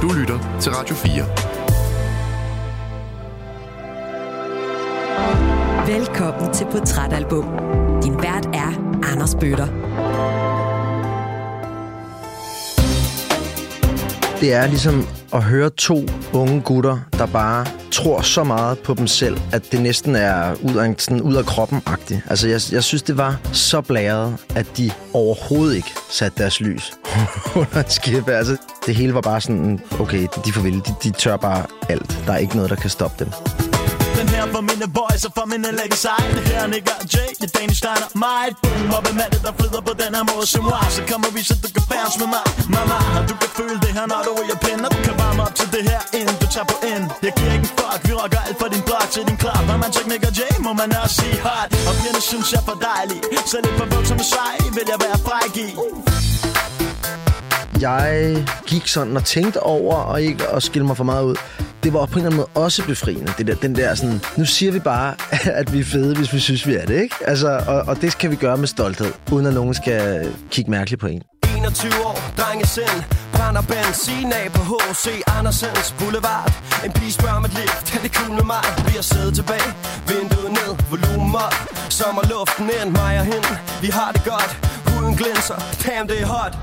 Du lytter til Radio 4. Velkommen til Portrætalbum. Din vært er Anders Bøtter. Det er ligesom at høre to unge gutter, der bare tror så meget på dem selv, at det næsten er ud af kroppen-agtigt. Altså, jeg synes, det var så blæret, at de overhovedet ikke satte deres lys under et skib. Altså, det hele var bare sådan, okay, de får vilde. De tør bare alt. Der er ikke noget, der kan stoppe dem. Den her for mine boys og for mine ladies side. Det her Nick og Jay, det er Danish Steiner, mig. Boom, og hvem er det, der flyder på den her måde som moi. Så kommer vi, så du kan bounce med mig, mama. Og du kan føle det her, når du ryger pind. Og du kan varme op til det her, inden du tager på ind. Jeg giver ikke en fuck, vi rocker alt for din blok til din klap. Når man tjekker Nick og Jay, må man også sige hot. Og pigerne synes jeg er for dejlig. Så lidt for voldsomt og sej, vil jeg være fræk i. Jeg gik sådan og tænkte over og ikke at skille mig for meget ud. Det var på en eller anden måde også befriende. Den der sådan, nu siger vi bare, at vi er fede, hvis vi synes, vi er det, ikke? Altså, og det kan vi gøre med stolthed, uden at nogen skal kigge mærkeligt på en. 21 år, drengesind, brænder benzin af på H.C. Andersens Boulevard. En pige spørger om et lift, er det cool med mig? Vi har siddet tilbage, vinduet ned, volumen op. Sommerluften ind, mig og hende, vi har det godt. Huden glinser, damn det er hot.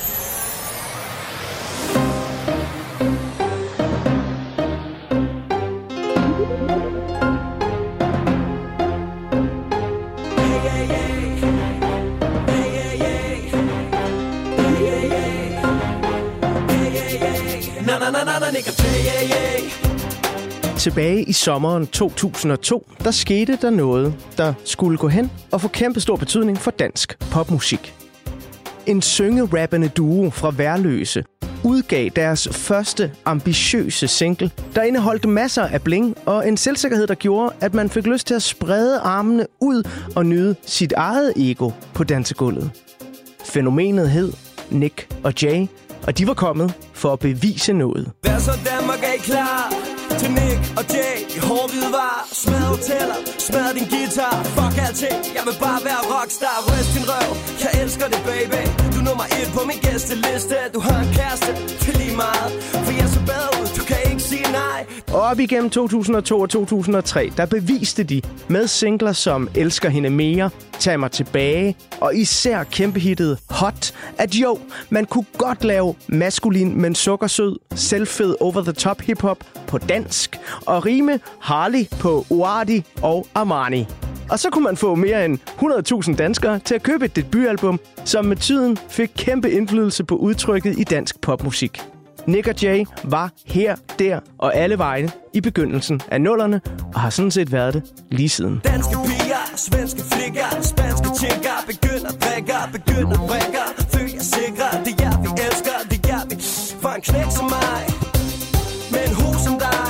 Tilbage i sommeren 2002, der skete der noget, der skulle gå hen og få kæmpestor betydning for dansk popmusik. En syngerappende duo fra Værløse udgav deres første ambitiøse single, der indeholdt masser af bling og en selvsikkerhed, der gjorde, at man fik lyst til at sprede armene ud og nyde sit eget ego på dansegulvet. Fænomenet hed Nick og Jay, og de var kommet for at bevise noget. Hvad så Danmark, er I klar til Nick og Jay i hårdhvide var? Smad hoteller, smad din guitar, fuck alting. Jeg vil bare være rockstar, rest din røv. Jeg elsker det, baby. Du er nummer 1 på min gæsteliste. Du har en kæreste, det er lige meget. For jeg er så bedre ud, du kan ikke sige nej. Og op igennem 2002 og 2003, der beviste de med singler som Elsker hende mere, Tag mig tilbage, og især kæmpehittet Hot, at jo, man kunne godt lave maskulin, men sukkersød, selvfed over-the-top hiphop på dansk, og rime Harley på Uardi og Armani. Og så kunne man få mere end 100.000 danskere til at købe et debutalbum, som med tiden fik kæmpe indflydelse på udtrykket i dansk popmusik. Nick og Jay var her, der og alle vegne i begyndelsen af 00'erne, og har sådan set været det lige siden. Danske piger, svenske flikker, spanske tjekker, begynder drikker, begynder brækker, føl jer sikre, det er jer vi elsker, det er jer vi for en knæk som mig, med en hus som dig,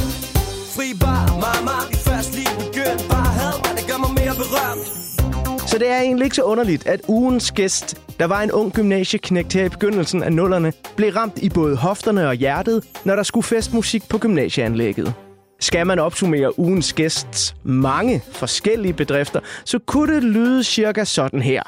fri bar, mama, vi først lige begyndt, bare had mig, det gør mig mere berømt. Så det er egentlig ikke så underligt, at ugens gæst, der var en ung gymnasieknægt her i begyndelsen af 00'erne, blev ramt i både hofterne og hjertet, når der skulle festmusik på gymnasieanlægget. Skal man opsummere ugens gæsts mange forskellige bedrifter, så kunne det lyde cirka sådan her.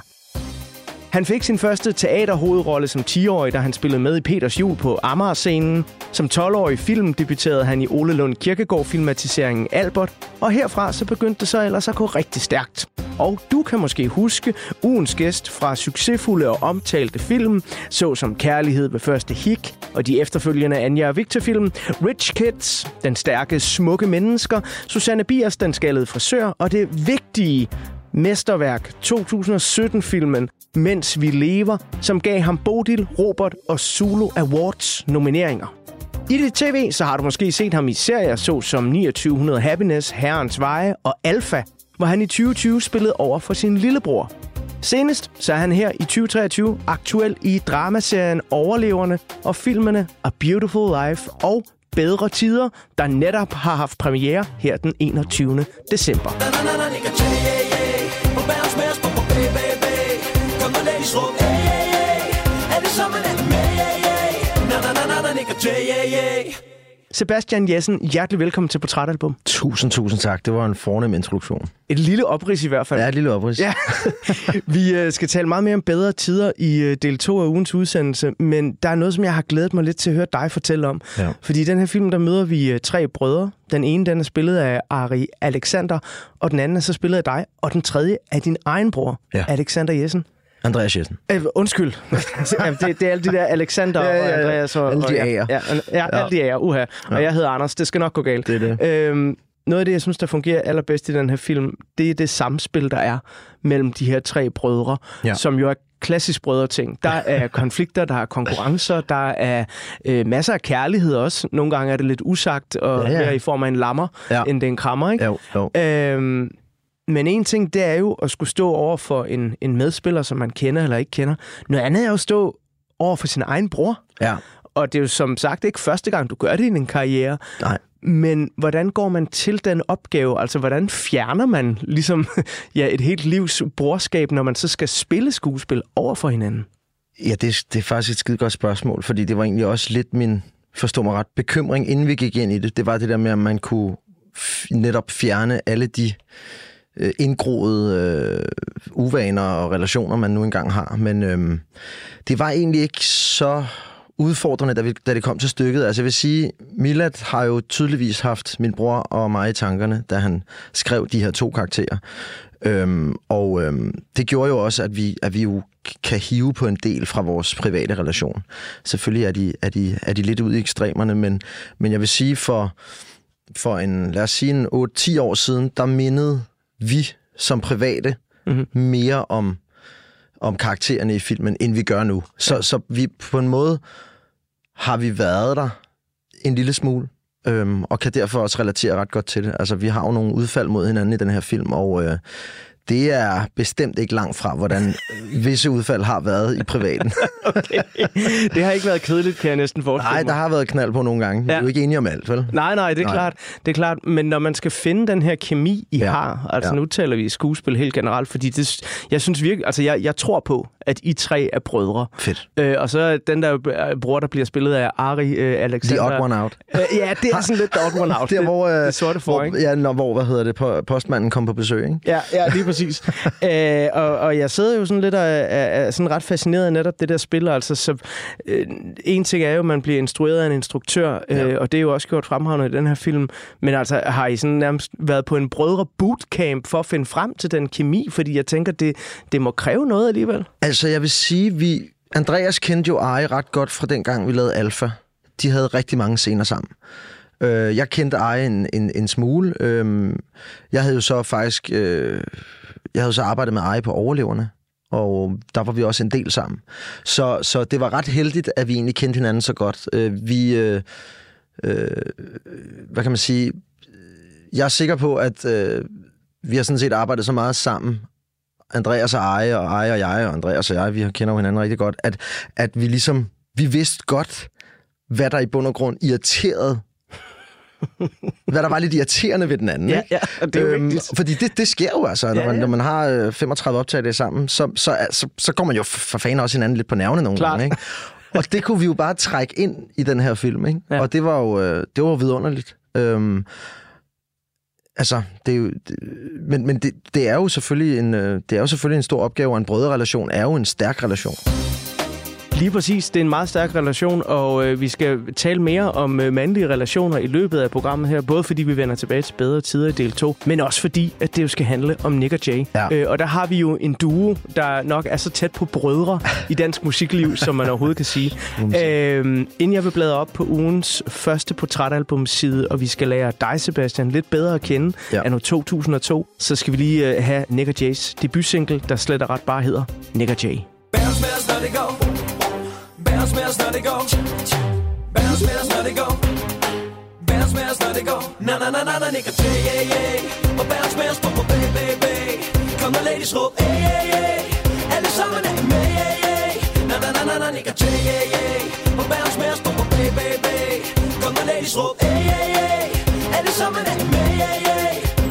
Han fik sin første teaterhovedrolle som 10-årig, da han spillede med i Peters Jul på Amager-scenen. Som 12-årig film debuterede han i Ole Lund Kirkegaard-filmatiseringen Albert, og herfra så begyndte det så ellers at gå rigtig stærkt. Og du kan måske huske ugens gæst fra succesfulde og omtalte film, såsom Kærlighed ved første hik og de efterfølgende Anja og Victor-film, Rich Kids, Den stærke smukke mennesker, Susanne Biers, Den skaldede frisør og det vigtige mesterværk 2017-filmen Mens vi lever, som gav ham Bodil, Robert og Zulu Awards nomineringer. I det tv så har du måske set ham i serier såsom 2900 Happiness, Herrens Veje og Alpha, hvor han i 2020 spillede over for sin lillebror. Senest så er han her i 2023 aktuel i dramaserien Overleverne og filmene A Beautiful Life og Bedre Tider, der netop har haft premiere her den 21. december. Sebastian Jessen, hjertelig velkommen til Portrætalbum. Tusind tak. Det var en fornem introduktion. Et lille oprids i hvert fald. Ja, et lille oprids. Ja. Vi skal tale meget mere om bedre tider i del 2 af ugens udsendelse, men der er noget, som jeg har glædet mig lidt til at høre dig fortælle om. Ja. Fordi i den her film, der møder vi 3 brødre. Den ene, den er spillet af Ari Alexander, og den anden er så spillet af dig, og den tredje er din egen bror, Alexander Jessen. Andreas Jessen. Undskyld. det er alle de der Alexander og Andreas. Og alle de A'er. Alle de A'er. Og jeg hedder Anders. Det skal nok gå galt. Det er det. Noget af det, jeg synes, der fungerer allerbedst i den her film, det er det samspil, der er mellem de her 3 brødre, som jo er klassisk brødreting. Der er konflikter, der er konkurrencer, der er masser af kærlighed også. Nogle gange er det lidt usagt, og mere i form af en lammer, end det er en krammer, ikke? Jo. Men en ting, det er jo at skulle stå over for en medspiller, som man kender eller ikke kender. Noget andet er jo at stå over for sin egen bror. Ja. Og det er jo som sagt ikke første gang, du gør det i din karriere. Nej. Men hvordan går man til den opgave? Altså, hvordan fjerner man ligesom et helt livs brorskab, når man så skal spille skuespil over for hinanden? Ja, det er faktisk et skide godt spørgsmål, fordi det var egentlig også lidt min, forstå mig ret, bekymring, inden vi gik ind i det. Det var det der med, at man kunne netop fjerne alle de indgroede uvaner og relationer, man nu engang har. Men det var egentlig ikke så udfordrende, da det kom til stykket. Altså jeg vil sige, Milad har jo tydeligvis haft min bror og mig i tankerne, da han skrev de her 2 karakterer. Det gjorde jo også, at vi jo kan hive på en del fra vores private relation. Selvfølgelig er de lidt ude i ekstremerne, men jeg vil sige, for lad os sige 8-10 år siden, der mindede vi som private mere om karaktererne i filmen, end vi gør nu. Så vi på en måde har vi været der en lille smule, og kan derfor også relatere ret godt til det. Altså, vi har jo nogle udfald mod hinanden i den her film, og det er bestemt ikke langt fra, hvordan visse udfald har været i privaten. Okay. Det har ikke været kedeligt, kan jeg næsten forestille mig. Nej, der har været knald på nogle gange. Vi er jo ikke enige om alt, vel? Nej, det er klart. Det er klart. Men når man skal finde den her kemi, I har, altså nu taler vi skuespil helt generelt, fordi jeg synes virkelig, altså jeg tror på, at I 3 er brødre. Fedt. Og så den der bror, der bliver spillet af Ari Alexander. The odd one out. Ja, det er sådan lidt the odd one out. Der, hvor, det sorte for, ikke? Ja, hvor postmanden kom på besøg, ikke? Ja, lige præcis. Og jeg sidder jo sådan lidt og er sådan ret fascineret af netop det der spil. Altså, så, en ting er jo, at man bliver instrueret af en instruktør, og det er jo også gjort fremragende i den her film. Men altså, har I sådan nærmest været på en brødre bootcamp for at finde frem til den kemi? Fordi jeg tænker, det må kræve noget alligevel. Altså, jeg vil sige, Andreas kendte jo Ari ret godt fra dengang, vi lavede Alpha. De havde rigtig mange scener sammen. Jeg kendte Ari en smule. Jeg havde jo så faktisk... Jeg havde så arbejdet med Ari på Overleverne, og der var vi også en del sammen. Så det var ret heldigt, at vi egentlig kendte hinanden så godt. Hvad kan man sige? Jeg er sikker på, at vi har sådan set arbejdet så meget sammen, Andreas og Ari, og Ari og jeg, og Andreas og jeg, vi kender jo hinanden rigtig godt, at vi ligesom, vi vidste godt, hvad der i bund og grund irriterede, hvad der var lidt irriterende ved den anden. Ja, det er jo vigtigt. Fordi det sker jo altså, når man har 35 optag sammen, så går man jo for fanden også hinanden lidt på nervene nogle gange, ikke? Og det kunne vi jo bare trække ind i den her film, ikke? Ja. Og det var jo vidunderligt. Altså, det er jo, men det er jo selvfølgelig en stor opgave, og en brødrerelation er jo en stærk relation. Lige præcis. Det er en meget stærk relation, og vi skal tale mere om mandlige relationer i løbet af programmet her, både fordi vi vender tilbage til bedre tider i del 2, men også fordi, at det jo skal handle om Nick og Jay. Ja. Og der har vi jo en duo, der nok er så tæt på brødre i dansk musikliv, som man overhovedet kan sige. Inden jeg vil bladre op på ugens første portrætalbumside, og vi skal lære dig, Sebastian, lidt bedre at kende anno 2002, så skal vi lige have Nick og Jays debutsingle, der slet og ret bare hedder Nick og Jay. Bounce, bounce, let it go. Bounce, bounce, let it go. Bounce, bounce, let it go. Bounce, bounce, let it go. Na na na na na, nigga, yeah yeah. Og bounce, bounce, bum, baby. Kom og ladies, råb, yeah. Alle sammen er med, yeah. Na na na na na, nigga, yeah yeah. Og bounce, bounce, bum, baby. Kom og ladies, råb, yeah. Alle sammen er med, yeah. Baby, I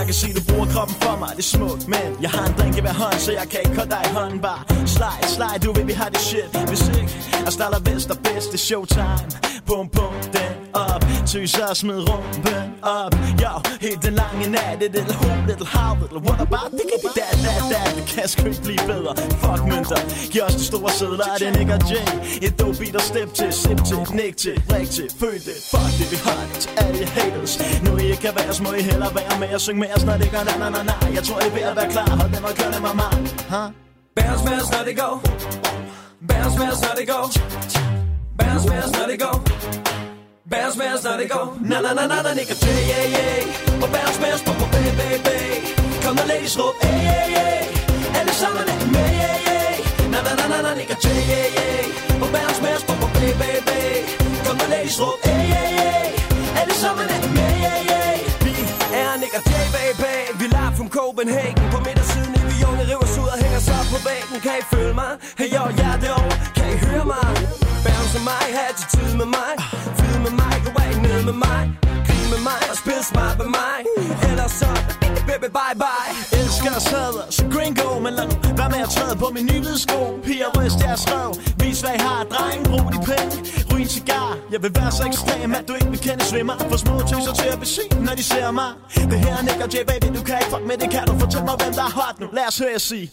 Jeg kan se, du bruger kroppen for mig, det er smukt. Men jeg har en drink i hver hånd, så jeg kan ikke holde dig i hånden. Bare slide, du ved, vi har det shit. Hvis ikke, jeg starter vest og bedst, det er showtime. Pum, den op, tøser og smid rumpen op. Yo, helt den lange nat, det little home, little how, little what about det kan that, det kan sgu ikke blive bedre. Fuck mønter, giv os de store sædler, det er Nick og Jay. Et dope beat og step til, sip til, nick til, ræk til, føl det. Fuck det, vi har det til alle jer haters. Nu I ikke kan være os, må I hellere være med og synge med os, når det gør na. Jeg tror, I er ved at være klar, hold den og kør det med mig. Bounce, bounce, når det går. Bounce, bounce, når det går. Bounce, bounce, når det går. Bounce, bounce, når det går. Na, Nick og Jay, yeah. Og bounce, bounce, på, baby. Kom og ladies, råb, yeah. Alle sammen er med, yeah. Na, Nick og Jay, yeah. Og bounce, bounce, på, baby. Kom og ladies, råb, yeah. Alle sammen er med, yeah. Vi er Nick og Jay, baby. Vi live from Copenhagen. På midtersiden i vi unge river os ud og hænger sig op på væggen. Kan I føle mig? Hey, yo, jeg er derovre. Kan I høre mig? Bounce med mig, have attitude med mig. Flyde med mig, gå af ned med mig. Grin med mig og spil smart med mig. Ellers så, baby, bye bye. Elsker og sadler, så gringo. Men lad nu være med at træde på min nye hvide sko. Piger, ryst jeres røv. Vis hvad I har, dreng, brug de penge. Ryg en cigar, jeg vil være så ekstrem, at du ikke vil kende svimmer. For små tøser til at besige, når de ser mig. Det her er Nick og Jay, baby, du kan ikke fuck med det. Kan du fortælle mig, hvem der er hot nu? Lad os høre jer sige.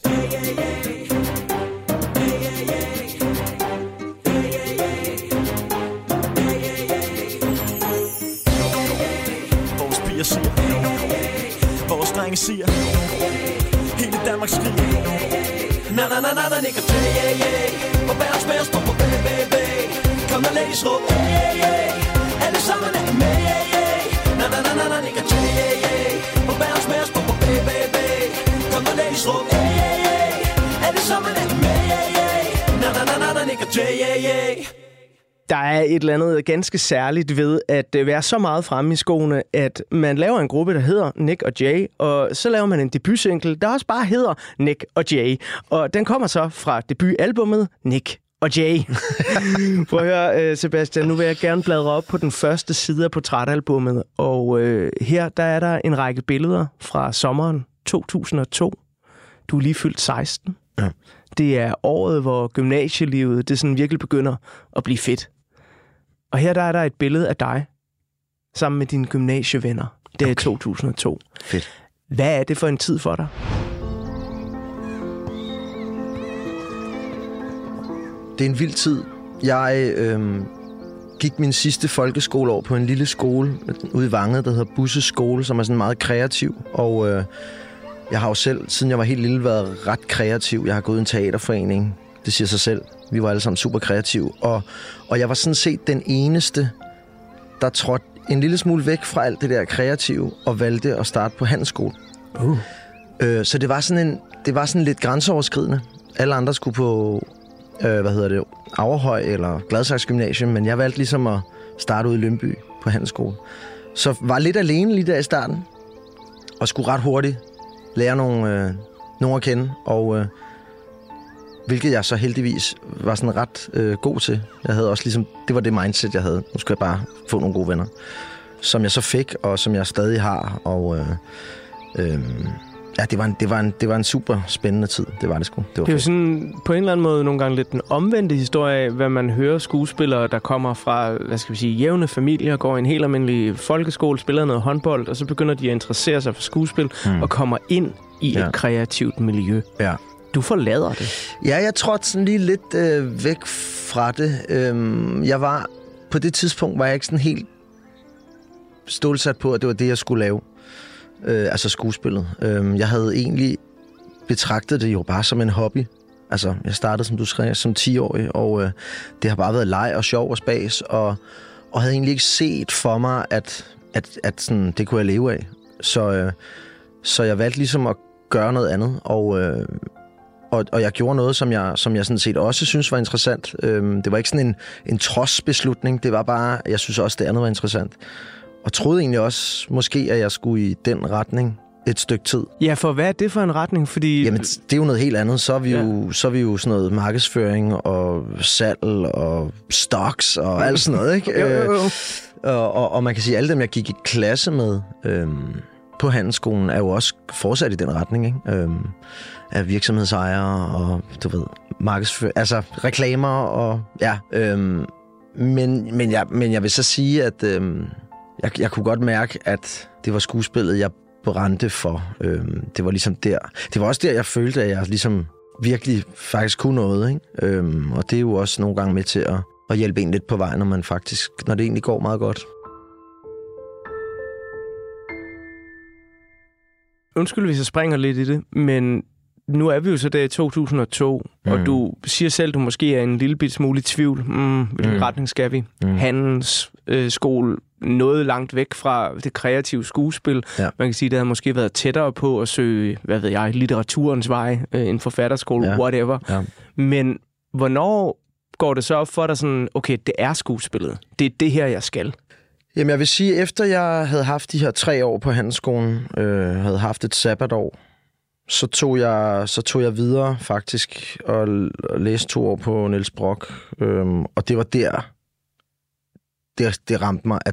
Siger. Vores drenge siger. Hele Danmark skriger. Na, Nick og Jay, yeah. Og bounce, bounce, på, baby. Kom og ladies, råb, yeah. Alle sammen er med, yeah. Na, Nick og Jay, yeah. Og bounce, bounce, på, baby. Kom og ladies, råb, yeah. Alle sammen er med, yeah. Na, Nick og Jay, yeah. Der er et eller andet ganske særligt ved at være så meget fremme i skoene, at man laver en gruppe, der hedder Nick og Jay, og så laver man en debutsingle, der også bare hedder Nick og Jay. Og den kommer så fra debutalbummet Nick og Jay. Prøv at høre, Sebastian, nu vil jeg gerne bladre op på den første side af portrætalbummet, og her der er der en række billeder fra sommeren 2002. Du er lige fyldt 16. Ja. Det er året, hvor gymnasielivet det sådan virkelig begynder at blive fedt. Og her der er der et billede af dig, sammen med dine gymnasievenner. Det er 2002. Fedt. Hvad er det for en tid for dig? Det er en vild tid. Jeg gik min sidste folkeskoleår på en lille skole ude i Vanget, der hedder Busses Skole, som er sådan meget kreativ. Og jeg har jo selv, siden jeg var helt lille, været ret kreativ. Jeg har gået i en teaterforening. Det siger sig selv. Vi var alle sammen super kreative. Og jeg var sådan set den eneste, der trådte en lille smule væk fra alt det der kreative og valgte at starte på handelsskole. Så det var sådan lidt grænseoverskridende. Alle andre skulle på Averhøj eller Gladsaxe Gymnasium, men jeg valgte ligesom at starte ud i Lyngby på handelsskole. Så var lidt alene lige der i starten, og skulle ret hurtigt lære nogen at kende, og hvilket jeg så heldigvis var sådan ret god til. Jeg havde også ligesom, det var det mindset, jeg havde. Nu skal jeg bare få nogle gode venner, som jeg så fik, og som jeg stadig har, og ja, det var en super spændende tid. Det var det sgu. Det er jo sådan på en eller anden måde nogle gange lidt den omvendte historie af, hvad man hører skuespillere, der kommer fra, hvad skal vi sige, jævne familier, går i en helt almindelig folkeskole, spiller noget håndbold, og så begynder de at interessere sig for skuespil, og kommer ind i et kreativt miljø. Ja. Du forlader det. Ja, jeg trådte sådan lige lidt væk fra det. På det tidspunkt var jeg ikke sådan helt stålsat på, at det var det, jeg skulle lave. Altså skuespillet. Jeg havde egentlig betragtet det jo bare som en hobby. Altså, jeg startede, som du skrev, som 10-årig, og det har bare været leg og sjov og spas, og havde egentlig ikke set for mig, at sådan, det kunne jeg leve af. Så jeg valgte ligesom at gøre noget andet, og jeg gjorde noget, som jeg sådan set også synes var interessant. Det var ikke sådan en trodsbeslutning, det var bare, jeg synes også, det andet var interessant. Og troede egentlig også, måske, at jeg skulle i den retning et stykke tid. Ja, for hvad er det for en retning? Fordi jamen, det er jo noget helt andet. Så er vi jo sådan noget markedsføring og salg og stocks og alt sådan noget, ikke? Og man kan sige, alle dem, jeg gik i klasse med på handelsskolen er jo også fortsat i den retning, ikke? Af virksomhedsejere og, du ved, altså reklamer og, ja. Men jeg vil så sige, at jeg kunne godt mærke, at det var skuespillet, jeg brændte for. Det var ligesom der. Det var også der, jeg følte, at jeg ligesom virkelig faktisk kunne noget, ikke? Og det er jo også nogle gange med til at hjælpe en lidt på vej, når det egentlig går meget godt. Undskyld, hvis jeg springer lidt i det, men nu er vi jo så der i 2002, og du siger selv, du måske er en lille bit smule i tvivl. Hvilken retning skal vi? Handelsskole, noget langt væk fra det kreative skuespil. Ja. Man kan sige, det havde måske været tættere på at søge, litteraturens vej, en forfatterskole, whatever. Ja. Men hvornår går det så op for dig sådan, okay, det er skuespillet. Det er det her, jeg skal? Jamen, jeg vil sige, efter jeg havde haft de her 3 år på handelsskolen, havde haft et sabbatår, så tog jeg videre faktisk og læste 2 år på Niels Brock. Og det var det ramte mig,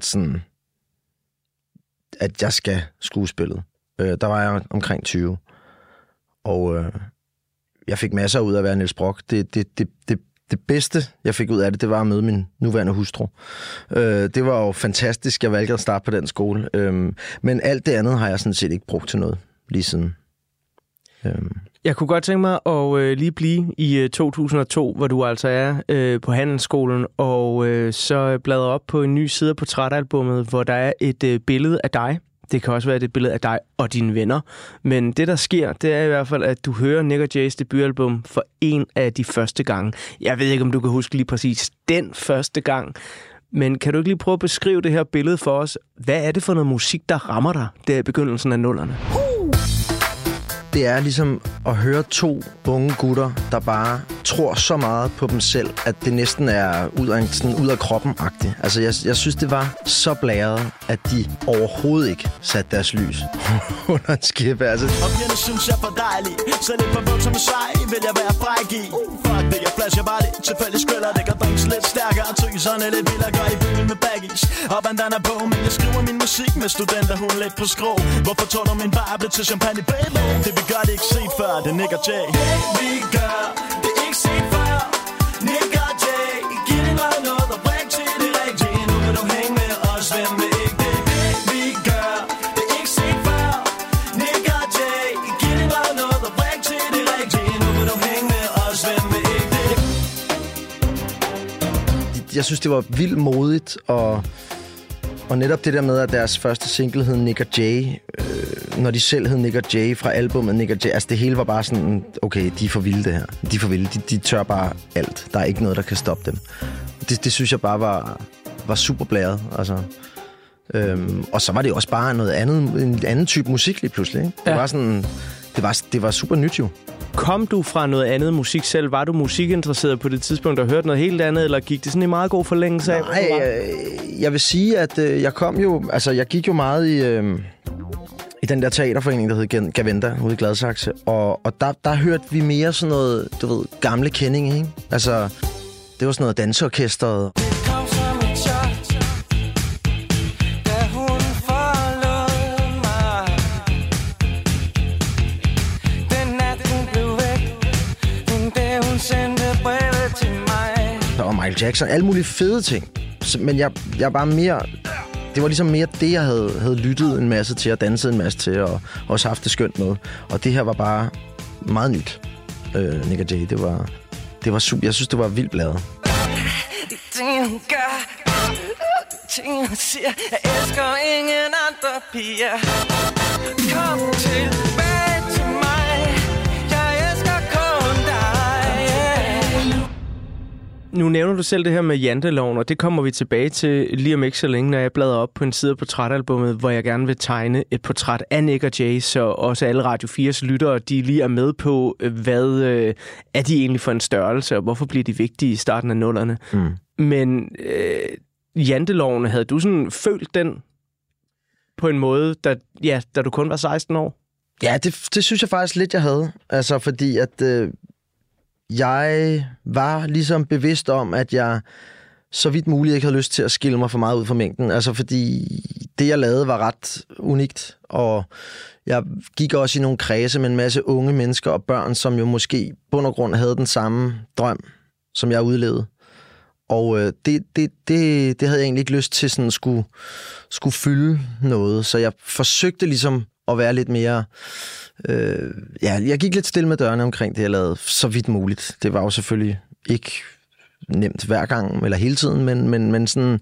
at jeg skal skuespillet. Der var jeg omkring 20. Og jeg fik masser ud af at være Niels Brock. Det bedste, jeg fik ud af det var at møde min nuværende hustru. Det var jo fantastisk. Jeg valgte at starte på den skole. Men alt det andet har jeg sådan set ikke brugt til noget lige siden. Jeg kunne godt tænke mig at lige blive i 2002, hvor du altså er på handelsskolen, og så bladrer op på en ny side af portrætalbummet, hvor der er et billede af dig. Det kan også være et billede af dig og dine venner. Men det, der sker, det er i hvert fald, at du hører Nik & Jays debutalbum for en af de første gange. Jeg ved ikke, om du kan huske lige præcis den første gang. Men kan du ikke lige prøve at beskrive det her billede for os? Hvad er det for noget musik, der rammer dig der i begyndelsen af 00'erne? Det er ligesom at høre 2 unge gutter, der bare tror så meget på dem selv, at det næsten er ud af kroppen-agtigt. Altså, jeg synes, det var så blæret, at de overhovedet ikke satte deres lys under en skæppe. Altså. Og pigerne synes jeg er for dejlig, så lidt for voldsom med svej, vil jeg være fræk i. Fuck det, jeg flasher bare lidt, tilfældig skriller, det gør drinks lidt stærkere, tøserne lidt vildere, gør i byen med baggies. Og bandana på, men jeg skriver min musik med studenter, hun lidt på skrå. Hvorfor tror du min bar blev til champagne, baby? Det vi gør, det ikke set før, det er Nik & Jay. Det vi gør, det er ikke set før, Nik & Jay. Giv din røv noget og bræk til det rigtige. Nu vil du hænge med os, hvem vil ikke det? Det vi gør, det er ikke set før, Nik & Jay. Giv din røv noget og bræk til det rigtige. Nu vil du hænge med os, hvem vil ikke det? Jeg synes, det var vildt modigt, og netop det der med, at deres første single hed Nik & Jay, når de selv hed Nik & Jay fra albumet Nik & Jay, altså det hele var bare sådan, okay, de er for vilde det her. De er for vilde, de tør bare alt. Der er ikke noget, der kan stoppe dem. Det synes jeg bare var super blæret, altså. Og så var det også bare noget andet, en anden type musik lige pludselig, ikke? Ja. Det var sådan, det var super nyt jo. Kom du fra noget andet musik selv? Var du musikinteresseret på det tidspunkt og hørte noget helt andet, eller gik det sådan i meget god forlængelse af? Nej, jeg vil sige, at jeg gik jo meget i den der teaterforening, der hed Gaventa, ude i Gladsaxe, og der hørte vi mere sådan noget, du ved, gamle kendinge, ikke? Altså, det var sådan noget danseorkestret. Og Michael Jackson, alle mulige fede ting. Men jeg bare mere... Det var ligesom mere det, jeg havde lyttet en masse til og danset en masse til og også haft det skønt med. Og det her var bare meget nyt. Nik & Jay, det var super. Jeg synes, det var vildt bladet. De ting, hun gør, de ting, hun siger, jeg elsker ingen andre piger. Kom tilbage til mig, jeg elsker kun dig, yeah. Nu nævner du selv det her med janteloven, og det kommer vi tilbage til lige om ikke så længe, når jeg bladrer op på en side af portrætalbummet, hvor jeg gerne vil tegne et portræt af Nik & Jay, så også alle Radio 4's lyttere, de lige er med på, hvad er de egentlig for en størrelse, og hvorfor bliver de vigtige i starten af 00'erne. Men janteloven, havde du sådan følt den på en måde, da du kun var 16 år? Ja, det synes jeg faktisk lidt, jeg havde. Altså, fordi at jeg var ligesom bevidst om, at jeg så vidt muligt ikke havde lyst til at skille mig for meget ud fra mængden. Altså fordi det, jeg lavede, var ret unikt, og jeg gik også i nogle kredse med en masse unge mennesker og børn, som jo måske bund og grund havde den samme drøm, som jeg udlevede. Og det havde jeg egentlig ikke lyst til sådan skulle fylde noget, så jeg forsøgte ligesom at være lidt mere... jeg gik lidt stille med dørene omkring det, jeg lavede, så vidt muligt. Det var jo selvfølgelig ikke nemt hver gang, eller hele tiden, men sådan...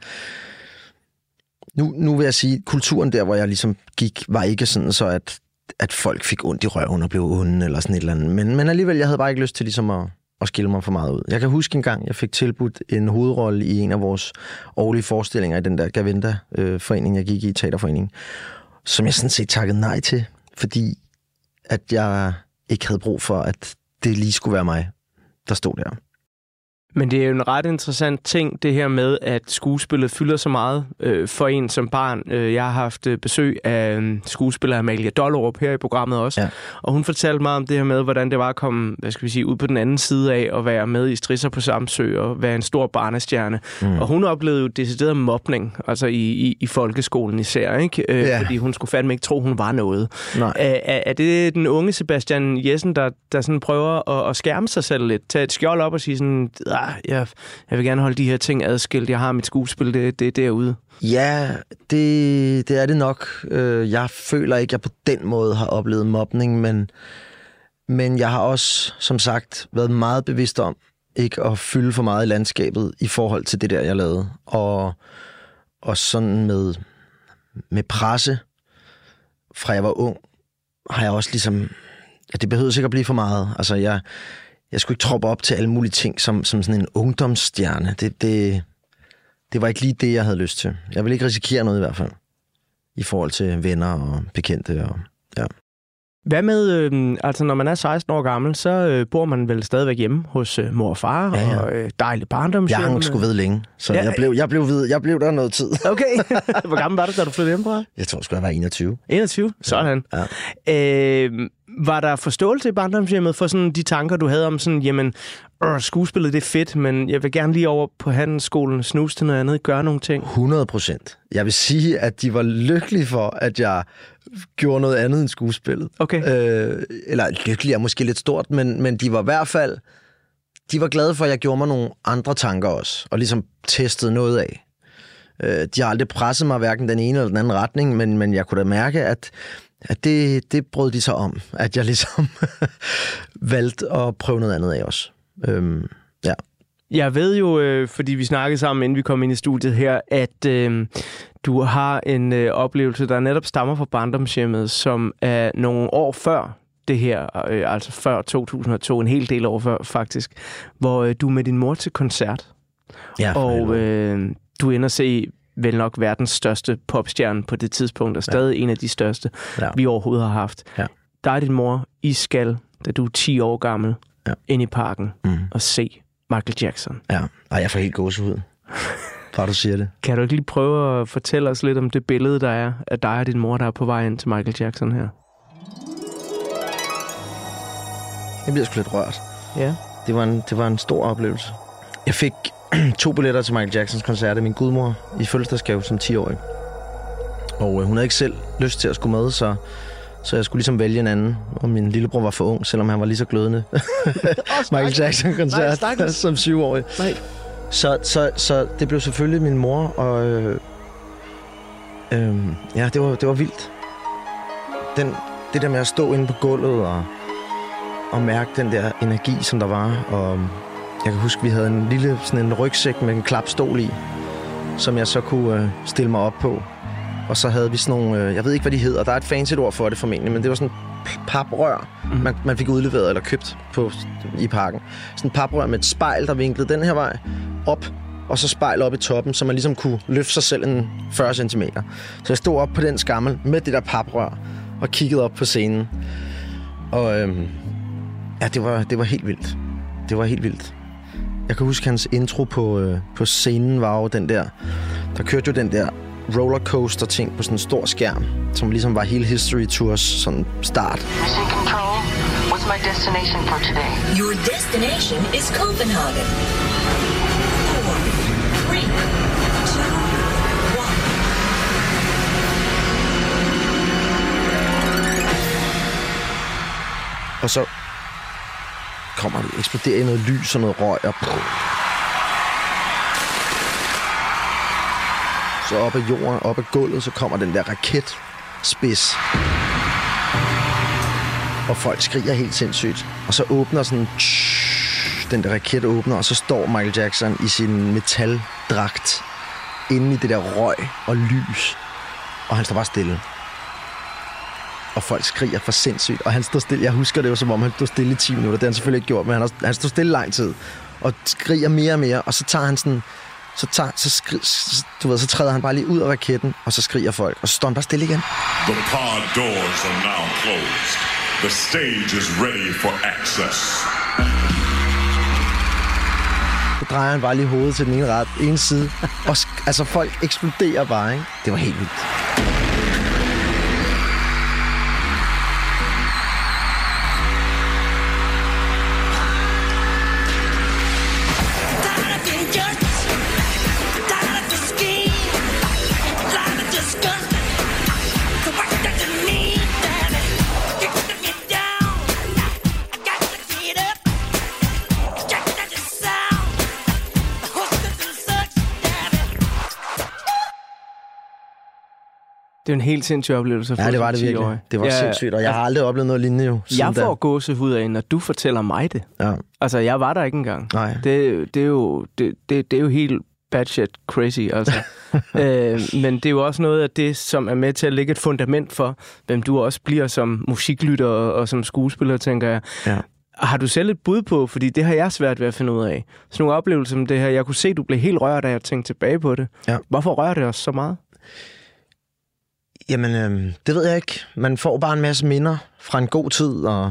Nu vil jeg sige, kulturen der, hvor jeg ligesom gik, var ikke sådan så, at folk fik ondt i røven og blev onde, eller sådan et eller andet. Men alligevel, jeg havde bare ikke lyst til ligesom at skille mig for meget ud. Jeg kan huske en gang, jeg fik tilbudt en hovedrolle i en af vores årlige forestillinger i den der Gaventa-forening, jeg gik i, teaterforeningen, som jeg sådan set takkede nej til, fordi at jeg ikke havde brug for, at det lige skulle være mig, der stod der. Men det er jo en ret interessant ting, det her med, at skuespillet fylder så meget for en som barn. Jeg har haft besøg af skuespiller Amalie Dollerup her i programmet også, ja. Og hun fortalte meget om det her med, hvordan det var at komme, ud på den anden side af og være med i Strisser på Samsø og være en stor barnestjerne. Og hun oplevede jo decideret mobning, altså i folkeskolen især, ikke? Fordi hun skulle fandme ikke tro, hun var noget. Er det den unge Sebastian Jessen, der sådan prøver at skærme sig selv lidt, tage et skjold op og sige sådan... Jeg vil gerne holde de her ting adskilt. Jeg har mit skuespil, det er derude. Ja, det er det nok. Jeg føler ikke, at jeg på den måde har oplevet mobning, men jeg har også, som sagt, været meget bevidst om ikke at fylde for meget i landskabet i forhold til det der, jeg lavede. Og sådan med presse, fra jeg var ung, har jeg også ligesom... Ja, det behøver sikkert at blive for meget. Altså, jeg skulle ikke troppe op til alle mulige ting som sådan en ungdomsstjerne. Det var ikke lige det, jeg havde lyst til. Jeg ville ikke risikere noget i hvert fald. I forhold til venner og bekendte. Ja. Hvad med, når man er 16 år gammel, så bor man vel stadigvæk hjemme hos mor og far, og dejlig barndomshjem. Jeg hang sgu ved længe, så jeg blev der noget tid. Okay. Hvor gammel var du, da du flyttede hjemmefra? Jeg tror sgu, jeg var 21. 21? Sådan. Ja. Var der forståelse i barndomshjemmet for sådan de tanker, du havde om sådan, jamen, skuespillet det er fedt, men jeg vil gerne lige over på handelsskolen, snuse til noget andet, gøre nogle ting? 100%. Jeg vil sige, at de var lykkelige for, at jeg gjorde noget andet end skuespillet. Okay. Eller lykkelig er måske lidt stort, men de var i hvert fald, de var glade for, at jeg gjorde mig nogle andre tanker også, og ligesom testede noget af. De har aldrig presset mig hverken den ene eller den anden retning, men jeg kunne da mærke, at det brød de sig om, at jeg ligesom valgte at prøve noget andet af også. Ja. Jeg ved jo, fordi vi snakkede sammen, inden vi kom ind i studiet her, at du har en oplevelse, der netop stammer fra barndomshjemmet, som er nogle år før det her, altså før 2002, en hel del år før faktisk, hvor du er med din mor til koncert. Ja, og du ender at se vel nok verdens største popstjerne på det tidspunkt, og stadig en af de største, vi overhovedet har haft. Ja. Der er din mor i skal, da du er 10 år gammel, ind i parken og se Michael Jackson. Ja, og jeg får helt gåsehud, bare du siger det. Kan du ikke lige prøve at fortælle os lidt om det billede, der er af dig og din mor, der er på vej ind til Michael Jackson her? Jeg bliver sgu lidt rørt. Ja. Det var en stor oplevelse. Jeg fik 2 billetter til Michael Jacksons koncert af min gudmor i fødselsdagsgave som 10-årig. Og hun havde ikke selv lyst til at skulle med, så jeg skulle ligesom vælge en anden. Og min lillebror var for ung, selvom han var lige så glødende. Michael Jackson-koncert som 7-årig. Nej. Så det blev selvfølgelig min mor, og det var vildt. Det der med at stå inde på gulvet og mærke den der energi, som der var, og jeg kan huske, vi havde en lille sådan en rygsæk med en klapstol i, som jeg så kunne stille mig op på. Og så havde vi sådan nogle, jeg ved ikke, hvad de hedder, der er et fancy ord for det formentlig, men det var sådan paprør, man fik udleveret eller købt i parken. Sådan et paprør med et spejl, der vinklede den her vej op, og så spejl op i toppen, så man ligesom kunne løfte sig selv en 40 cm. Så jeg stod op på den skammel med det der paprør og kiggede op på scenen. Og det var helt vildt. Det var helt vildt. Jeg kan huske, hans intro på scenen var jo den der... Der kørte jo den der rollercoaster-ting på sådan en stor skærm, som ligesom var hele History Tours sådan start. Mission Control, what's my destination for today? Your destination is Copenhagen. 4, 3, Og så kommer det, eksploderer i noget lys og noget røg, og så op ad jorden, op ad gulvet, så kommer den der raketspids. Og folk skriger helt sindssygt. Og så åbner sådan... Den der raket åbner, og så står Michael Jackson i sin metaldragt inde i det der røg og lys. Og han står bare stille. Og folk skriger for sindssygt. Og han står stille. Jeg husker det jo, som om han stod stille i 10 minutter. Det har han selvfølgelig ikke gjort, men han stod stille lang tid. Og skriger mere og mere. Og så tager han sådan... Så træder han bare lige ud af raketten, og så skriger folk. Og så står han bare stille igen. The pod doors are now closed. The stage is ready for access. Så drejer han bare lige hovedet til den ene side. Og altså, folk eksploderer bare, ikke? Det var helt vildt. Det er en helt sindssyg oplevelse. Ja, det var det virkelig. Det var sindssygt, og jeg har aldrig oplevet noget lignende jo. Jeg får gåsehud af, når du fortæller mig det. Ja. Altså, jeg var der ikke engang. Nej. Det er jo helt bad shit crazy, altså. Men det er jo også noget af det, som er med til at lægge et fundament for, hvem du også bliver som musiklytter og som skuespiller, tænker jeg. Ja. Har du selv et bud på, fordi det har jeg svært ved at finde ud af. Sådan nogle oplevelser som det her. Jeg kunne se, at du blev helt rørt, da jeg tænkte tilbage på det. Ja. Hvorfor rører det os så meget? Jamen, det ved jeg ikke. Man får bare en masse minder fra en god tid, og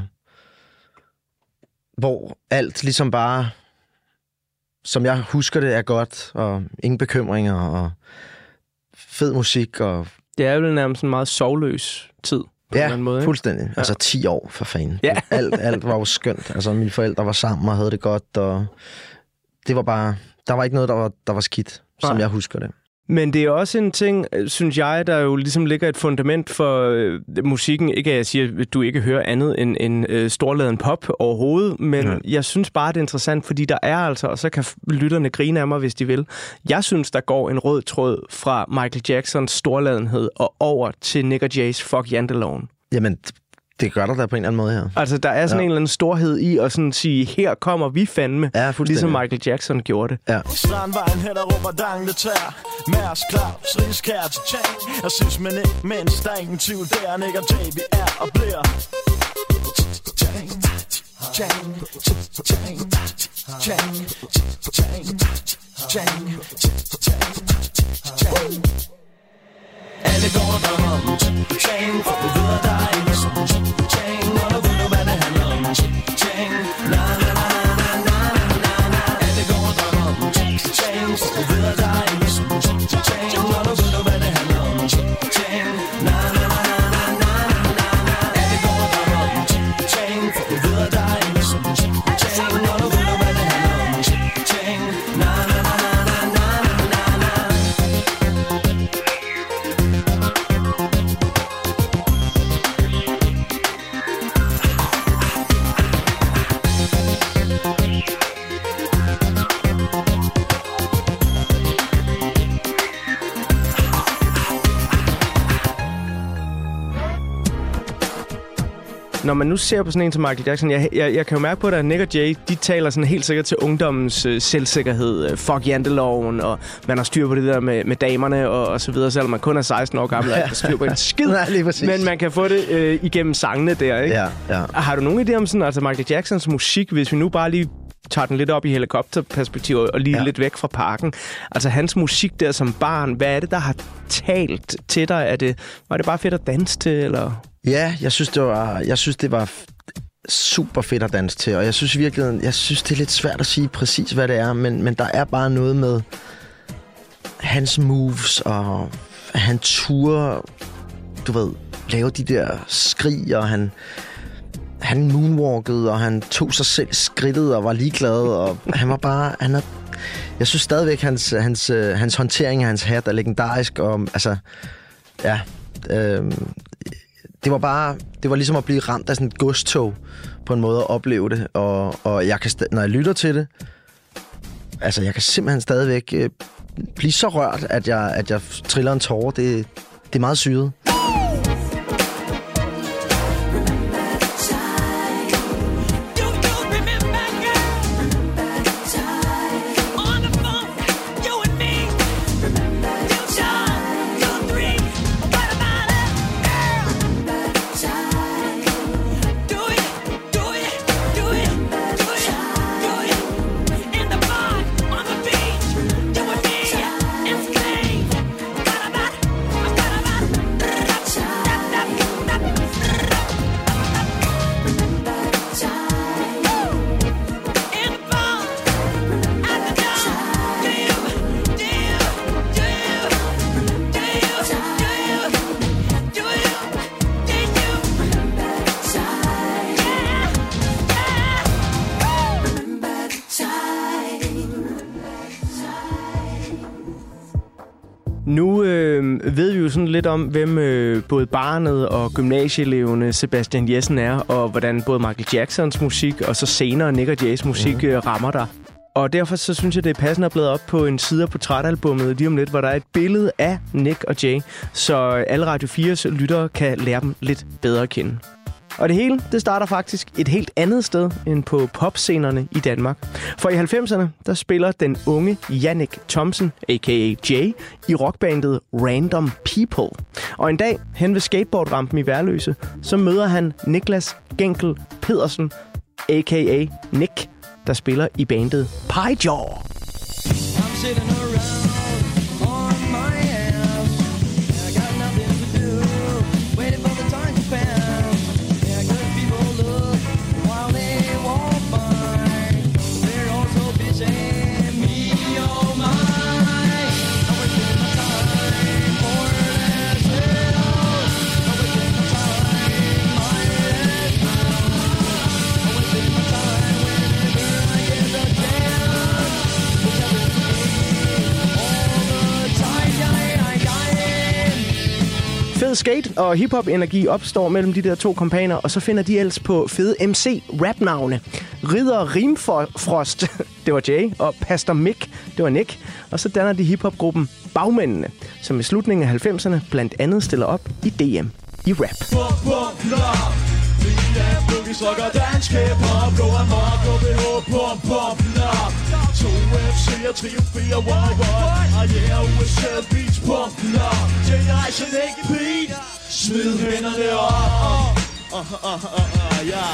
hvor alt ligesom bare, som jeg husker det, er godt, og ingen bekymringer, og fed musik. Og Det er vel nærmest en meget sovløs tid. På en eller anden måde, ikke? Fuldstændig. Ja. Altså 10 år, for fanden. Ja. alt var jo skønt. Altså, mine forældre var sammen og havde det godt, og det var bare... Der var ikke noget, der var skidt, som jeg husker det. Men det er også en ting, synes jeg, der jo ligesom ligger et fundament for musikken. Ikke at jeg siger, at du ikke hører andet end storladen pop overhovedet, men jeg synes bare, det er interessant, fordi der er altså, og så kan lytterne grine af mig, hvis de vil. Jeg synes, der går en rød tråd fra Michael Jacksons storladenhed og over til Nick og Jay's Fuck Janteloven. Jamen, det gør der på en eller anden måde her. Altså, der er sådan en eller anden storhed i at sådan sige, her kommer vi fandme, ligesom Michael Jackson gjorde det. Ja. Strandvejen her, der råber dangletær. Mærs, Claus, Rigskær til Tjang. Jeg synes, men ikke mindst, der er ingen tvivl der. Nick og Jay, vi er og bliver. Tjang, tjang, tjang, tjang, tjang, tjang, tjang. Alle går og drømmer om tjang, for du ved, der er ingen tjang, og du ved nu, hvad det handler om tjang. Na, na, na, na, na, na, na. Alle går og drømmer om tjang, for du ved, der er ingen tjang, og du ved nu, hvad det handler om tjang. Na, na, na, na, na, na, na. Alle går og drømmer om tjang, for du ved, der er ingen tjang, og du ved nu, hvad det handler om tjang. Na, na, na, na, na, na, na. Når man nu ser på sådan en som Michael Jackson, jeg kan jo mærke på det, at Nick og Jay, de taler sådan helt sikkert til ungdommens selvsikkerhed. Fuck janteloven, og man har styr på det der med damerne og så videre, selvom man kun er 16 år gammel, og ikke har styr på en skid. Nej, lige præcis. Men man kan få det igennem sangene der, ikke? Ja. Har du nogen idé om sådan, altså Michael Jacksons musik, hvis vi nu bare lige tager den lidt op i helikopterperspektiv og lige lidt væk fra parken. Altså hans musik der som barn, hvad er det, der har talt til dig? Var det bare fedt at danse til, eller? Ja, jeg synes, det var super fedt at danse til, og jeg synes virkelig, det er lidt svært at sige præcis, hvad det er, men der er bare noget med hans moves, og han turde, du ved, lave de der skrig, og han moonwalkede, og han tog sig selv skridtet og var ligeglad, og han var bare... jeg synes stadigvæk, hans håndtering af hans hat er legendarisk, og altså... Ja... det var ligesom at blive ramt af sådan et godstog på en måde at opleve det. Og jeg kan når jeg lytter til det, altså jeg kan simpelthen stadigvæk blive så rørt, at jeg triller en tårer. Det er meget syret. Nu ved vi jo sådan lidt om, hvem både barnet og gymnasieelevene Sebastian Jessen er, og hvordan både Michael Jacksons musik og så senere Nick og Jays musik rammer dig. Og derfor så synes jeg, det er passende at bladre op på en side af portrætalbummet lige om lidt, hvor der er et billede af Nick og Jay, så alle Radio 4's lyttere kan lære dem lidt bedre at kende. Og det hele, det starter faktisk et helt andet sted end på popscenerne i Danmark. For i 90'erne, der spiller den unge Jannik Thomsen, a.k.a. Jay, i rockbandet Random People. Og en dag, hen ved skateboardrampen i Værløse, så møder han Niklas Genkel Pedersen, a.k.a. Nick, der spiller i bandet Piejaw. Fed skate og hiphop-energi opstår mellem de der to kompaner, og så finder de ellers på fede MC-rap-navne. Ridder Rimfrost, det var Jay, og Pastor Mick, det var Nick. Og så danner de hiphop-gruppen Bagmændene, som i slutningen af 90'erne blandt andet stiller op i DM i rap. Rocker dansk hip-hop, gå amok, gå BH, pump, pump, lop 2 FC'er, triumferer, what, og yeah, USA Beats, pump, lop J.I.'s en ikke beat, smid hænderne op, ja.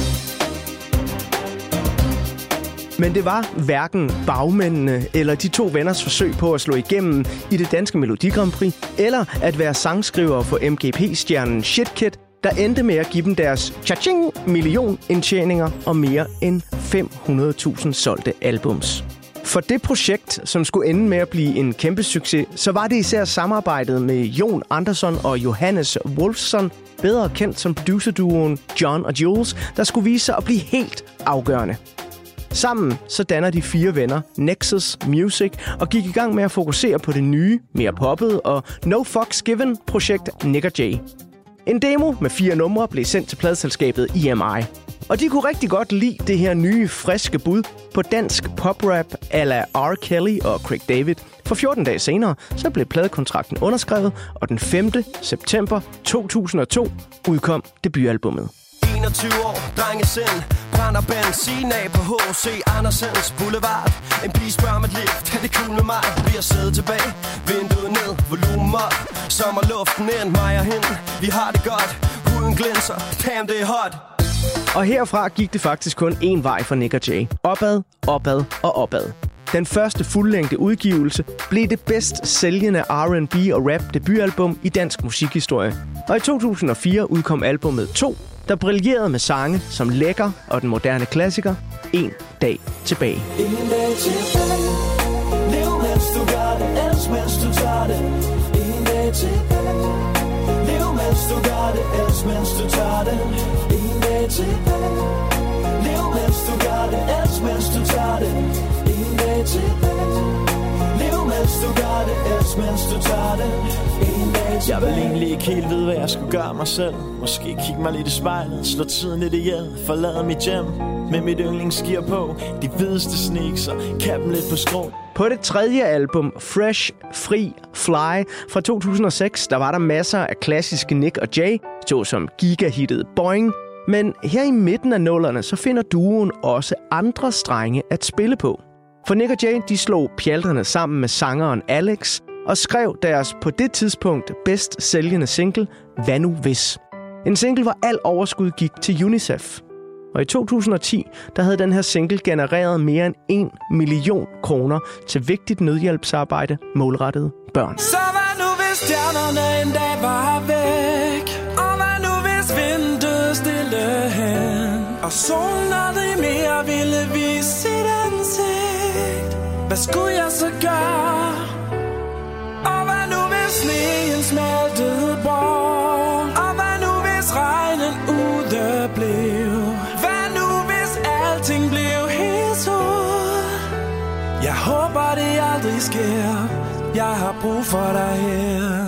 Men det var hverken Bagmændene eller de to venners forsøg på at slå igennem i det danske Melodi Grand Prix, eller at være sangskriver for MGP-stjernen Shitkid, der endte med at give dem deres cha-ching million indtjeninger og mere end 500.000 solgte albums. For det projekt, som skulle ende med at blive en kæmpe succes, så var det især samarbejdet med Jon Andersson og Johannes Wolfson, bedre kendt som producerduoen John og Jules, der skulle vise sig at blive helt afgørende. Sammen så danner de 4 venner Nexus Music og gik i gang med at fokusere på det nye, mere poppede og no fucks given projekt Nick og Jay. En demo med 4 numre blev sendt til pladeselskabet EMI. Og de kunne rigtig godt lide det her nye, friske bud på dansk poprap a la R. Kelly og Craig David. For 14 dage senere, så blev pladekontrakten underskrevet, og den 5. september 2002 udkom debutalbummet. 21 år, drengesind, brænder benzin af på H.C. Andersens Boulevard. En pige spørger mit liv, er det cool med mig? Vi har siddet tilbage, vinduet ned, volumen op. Sommerluften ind, mig og hende, vi har det godt. Huden glinser, damn det er hot. Og herfra gik det faktisk kun én vej for Nick og Jay. Opad, opad og opad. Den første fuldlængde udgivelse blev det bedst sælgende R&B og rap debutalbum i dansk musikhistorie. Og i 2004 udkom albumet 2, der brillerede med sange som Lækker og den moderne klassiker En dag tilbage. En dag tilbage, lev mens du gør det, elsk mens du tager det. En dag tilbage, lev mens du gør det, elsk mens du tager det. En dag tilbage, lev mens du gør det, elsk mens du tager det. En dag tilbage, lev mens du gør det, elsk Imens mens du tager det en dag tilbage. Jeg vil egentlig ikke helt vide, hvad jeg skulle gøre mig selv. Måske kigge mig lidt i spejlet, slå tiden lidt ihjel, forlade mit hjem med mit yndlingsgear på, de hvideste sneaks og kappen lidt på skrå. På det tredje album, Fresh, Fri, Fly fra 2006, der var der masser af klassiske Nick og Jay, såsom gigahittet Boing. Men her i midten af nullerne, så finder duoen også andre strenge at spille på. For Nick og Jay, de slog pjalterne sammen med sangeren Alex og skrev deres på det tidspunkt bedst sælgende single, Hvad nu hvis? En single, hvor al overskud gik til UNICEF. Og i 2010, der havde den her single genereret mere end 1 million kroner til vigtigt nødhjælpsarbejde målrettet børn. Så hvad nu hvis stjernerne en dag var væk? Og hvad nu hvis vinduet stille hen? Og solen aldrig mere ville vise sit ansigt? Hvad skulle jeg så gøre? Og hvad nu hvis sneen smeltede bort? Og hvad nu hvis regnen udeblev? Hvad nu hvis alting blev helt sort? Jeg håber det aldrig sker. Jeg har brug for dig her.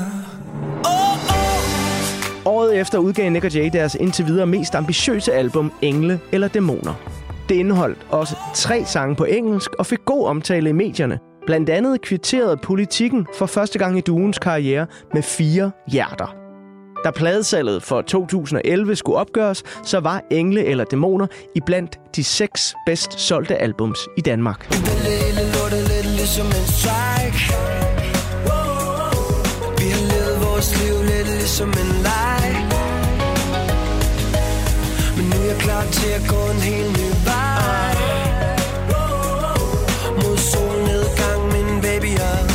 Året efter udgav Nick og Jay deres indtil videre mest ambitiøse album, Engle eller Dæmoner. Det indeholdt også 3 sange på engelsk og fik god omtale i medierne. Blandt andet kvitterede Politikken for første gang i duoens karriere med 4 hjerter. Da pladesalget for 2011 skulle opgøres, så var Engle eller Dæmoner iblandt de 6 bedst solgte albums i Danmark. Vi har levet vores liv lidt ligesom en leg. Men nu er jeg klar til at gå en helt ny vej. Mod solnedgang, min baby og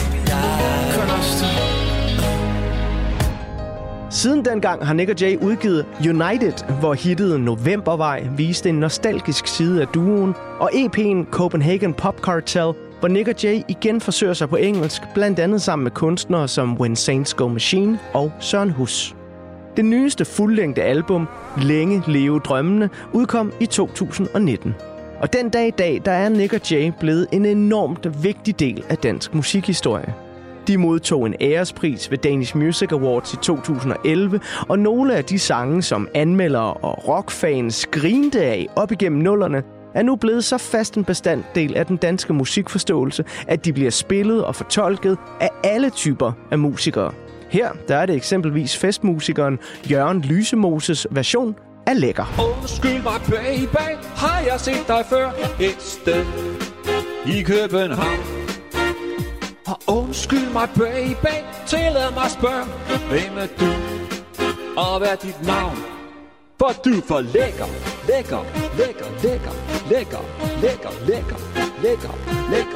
Siden dengang har Nick og Jay udgivet United, hvor hittet Novembervej viste en nostalgisk side af duoen, og EP'en Copenhagen Pop Cartel, hvor Nick og Jay igen forsøger sig på engelsk, blandt andet sammen med kunstnere som When Saints Go Machine og Søren Hus. Det nyeste fuldlængde album, Længe leve drømmene, udkom i 2019. Og den dag i dag, der er Nick og Jay blevet en enormt vigtig del af dansk musikhistorie. De modtog en ærespris ved Danish Music Awards i 2011, og nogle af de sange, som anmeldere og rockfans grinte af op igennem nullerne, er nu blevet så fast en bestanddel af den danske musikforståelse, at de bliver spillet og fortolket af alle typer af musikere. Her der er det eksempelvis festmusikeren Jørgen Lysemoses version af Lækker. Undskyld mig baby, har jeg set dig før et sted i København? Og undskyld mig baby, tillad mig spørge, hvem er du, og hvad er dit navn? For du er for lækker, lækker, lækker, lækker, lækker, lækker, lækker, lækker, lækker.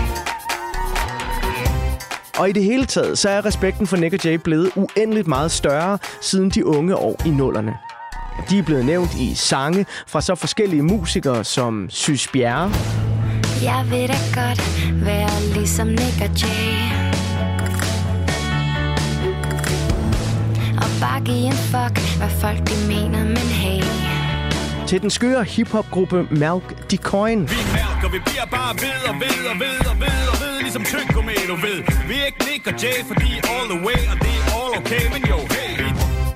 Og i det hele taget, så er respekten for Nick og Jay blevet uendeligt meget større siden de unge år i nullerne. De er blevet nævnt i sange fra så forskellige musikere som Sys Bjerre. Jeg vil da godt være ligesom Nick og Jay, og bare give en fuck, hvad folk de mener, men hey. Til den skøre hiphopgruppe Malk de Coin. Vi mærker, vi bliver bare ved og ved og ved og ved og ved, ligesom tyngkomet, du ved. Vi er ikke Nick og Jay, fordi all the way, og det er all okay, men jo, hey.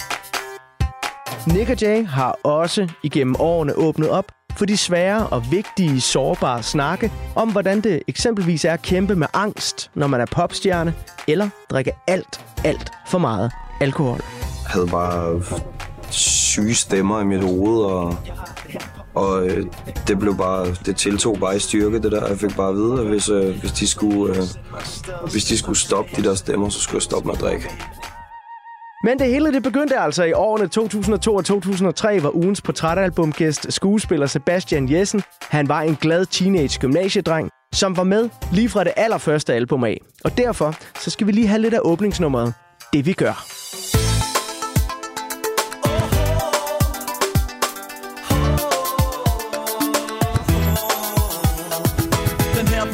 Nick og Jay har også igennem årene åbnet op for de svære og vigtige, sårbare snakke om, hvordan det eksempelvis er at kæmpe med angst, når man er popstjerne, eller drikke alt for meget alkohol. Jeg havde bare syge stemmer i mit hoved, og det tiltog bare i styrke, det der. Jeg fik bare at vide, at hvis de skulle stoppe de der stemmer, så skulle jeg stoppe med at drikke. Men det hele det begyndte altså i årene 2002 og 2003, hvor ugens portrætalbumgæst skuespiller Sebastian Jessen, han var en glad teenage gymnasiedreng, som var med lige fra det allerførste album af. Og derfor så skal vi lige have lidt af åbningsnummeret, Det vi gør.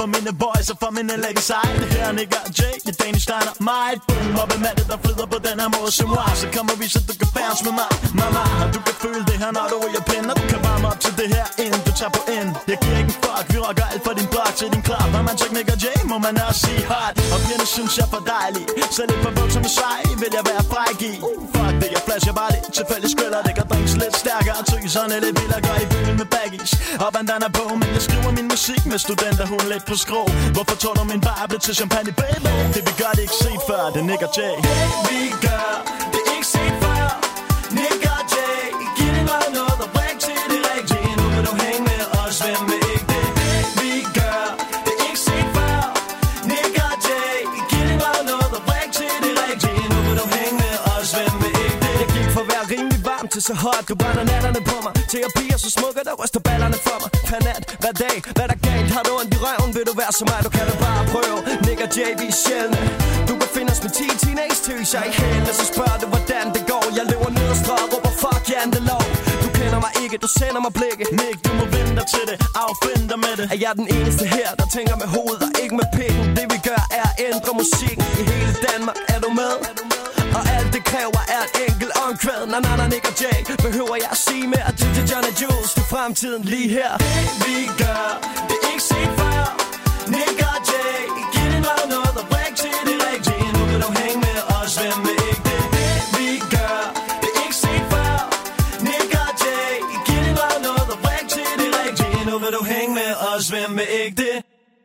for mine boys og for mine ladies side. Det her er Nick og Jay, det er Danish Steiner, mig. Boom, og bemandet, der flyder på den her måde som moi. Så kommer vi, så du kan bounce med mig, mama. Og du kan føle det her, når du ryger pind. Og du kan varme op til det her, inden du tager på ind. Jeg giver ikke en fuck, vi rocker alt for din blok til din klap. Når man tjekker Nick og Jay, må man også sige hot. Og pigerne synes jeg er for dejlig. Så lidt for våg som i svej, vil jeg være fræk i. Fuck det, jeg flasher bare lidt tilfældig skyller. Det kan drinks lidt stærkere, tøserne lidt vildere. Går i byen med baggies og bandana på. Men jeg skriver min musik med studenter, hun lidt på skrå. Hvorfor tror du min bar blev til champagne, baby? Det vi gør, det ikke set før, det er Nick og Jay. Det vi gør, det er ikke set før. Nick og Jay, giv det mig noget og bræk til det rigtige. Nu vil du hænge med os, hvem vil ikke det? Det vi gør, det er ikke set før. Nick og Jay, giv det mig noget og bræk til det rigtige. Nu vil du hænge med os, hvem vil ikke det? Jeg gik fra at være rimelig varm til så hot. Du brænder natterne på mig. Til at piger så smukke, der ryster ballerne for mig. Per nat, hver dag, hvad der galt. Har du ondt i røven, vil du være som mig. Du kan da bare prøve. Nick og Jay, vi er sjældne. Du kan finde os med 10 teenage-tøser i hælene. Så spørger du, hvordan det går. Jeg løber ned og strøg og råber, fuck jantelov. Du kender mig ikke, du sender mig blikke. Nick, du må vinde dig til det. Affind dig med det. Er jeg den eneste her, der tænker med hovedet og ikke med pikken? Det vi gør er at ændre musikken i hele Danmark. Er du med? Og alt det kræver er et enkelt omkvæd. Na, Nick og Jay, behøver jeg at sige mere? Til John og Jules, til fremtiden lige her. Det vi gør, det er ikke set før. Nick og Jay, giv det mig noget og bræk til det rigtige. Nu vil du hænge med os, hvem vil ikke det? Det vi gør, det er ikke set før. Nick og Jay, giv det mig noget og bræk til det rigtige. Nu vil du hænge med os, hvem vil ikke det?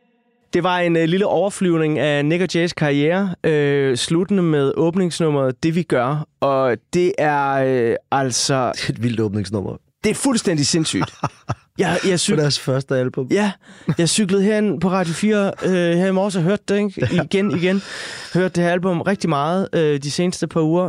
Det var en lille overflyvning af Nick og Jays karriere, sluttende med åbningsnummeret Det Vi Gør, og det er altså... Det er et vildt åbningsnummer. Det er fuldstændig sindssygt. Jeg på deres første album. Ja, jeg cyklede herind på Radio 4 her i morges og hørte det, ikke? Igen. Hørte det her album rigtig meget de seneste par uger.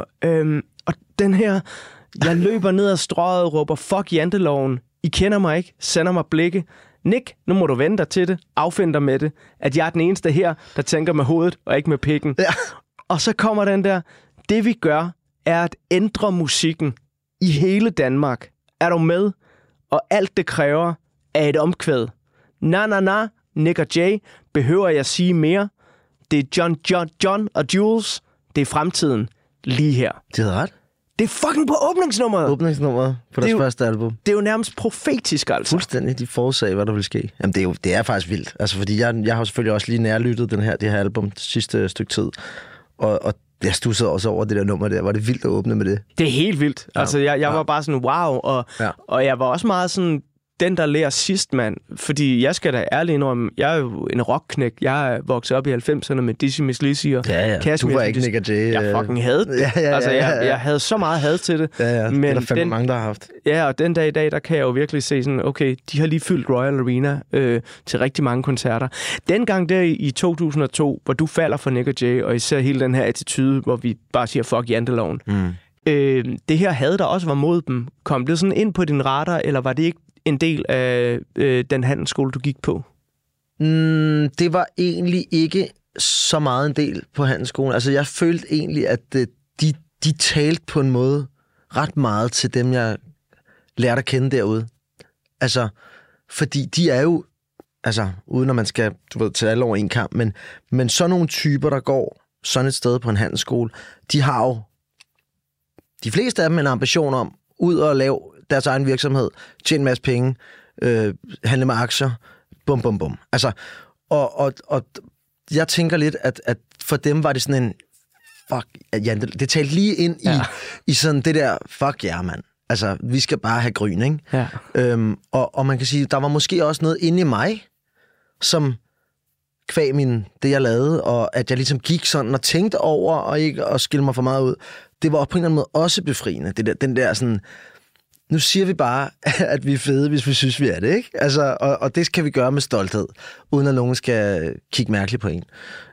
Og den her, jeg løber ned ad strøget og råber, fuck janteloven. I kender mig ikke, sender mig blikke. Nick, nu må du vende dig til det, affinde dig med det, at jeg er den eneste her, der tænker med hovedet og ikke med pikken. Ja. Og så kommer den der, det vi gør, er at ændre musikken i hele Danmark. Er du med? Og alt det kræver er et omkvæd. Na, Nick og Jay, behøver jeg sige mere? Det er John og Jules. Det er fremtiden lige her. Det er ret. Det er fucking på åbningsnummeret. Åbningsnummeret på deres første album. Det er jo nærmest profetisk, altså. Fuldstændig. De forudsagde, hvad der ville ske. Jamen, det er faktisk vildt. Altså, fordi jeg har jo selvfølgelig også lige nærlyttet det her album det sidste stykke tid. Og jeg stussede også over det der nummer der. Var det vildt at åbne med det? Det er helt vildt. Altså, jeg var bare sådan, wow. Og jeg var også meget sådan... Den, der lærer sidst, mand. Fordi jeg skal da ærligt indrømme, jeg er jo en rockknæk. Jeg er vokset op i 90'erne med Dizzy Miss Lizzy og Kashmir. Du var ikke Nick og Jay. Jeg fucking havde det. Altså, jeg havde så meget had til det. Men det er der fandme mange, der har haft. Ja, og den dag i dag, der kan jeg jo virkelig se sådan, okay, de har lige fyldt Royal Arena til rigtig mange koncerter. Dengang der i 2002, hvor du falder for Nick og Jay, og især hele den her attitude, hvor vi bare siger, fuck janteloven. Det her had, der også var mod dem, kom det sådan ind på din radar, eller var det ikke en del af den handelsskole, du gik på? Det var egentlig ikke så meget en del på handelsskolen. Altså, jeg følte egentlig, at de talte på en måde ret meget til dem, jeg lærte at kende derude. Altså, fordi de er jo, altså, uden at man skal, til alle over en kamp, men sådan nogle typer, der går sådan et sted på en handelsskole, de har jo, de fleste af dem en ambition om, ud og lave deres egen virksomhed, tjene en masse penge, handle med aktier, bum. Altså, og jeg tænker lidt, at for dem var det sådan en, fuck, det talte lige ind i sådan det der, fuck ja, mand. Altså, vi skal bare have gryn, ikke? Ja. Og man kan sige, der var måske også noget inde i mig, som kvæg det jeg lavede, og at jeg ligesom gik sådan og tænkte over, og ikke at skille mig for meget ud. Det var på en eller anden måde også befriende. Den der sådan, nu siger vi bare, at vi er fede, hvis vi synes, vi er det, ikke? Altså, og det skal vi gøre med stolthed, uden at nogen skal kigge mærkeligt på en.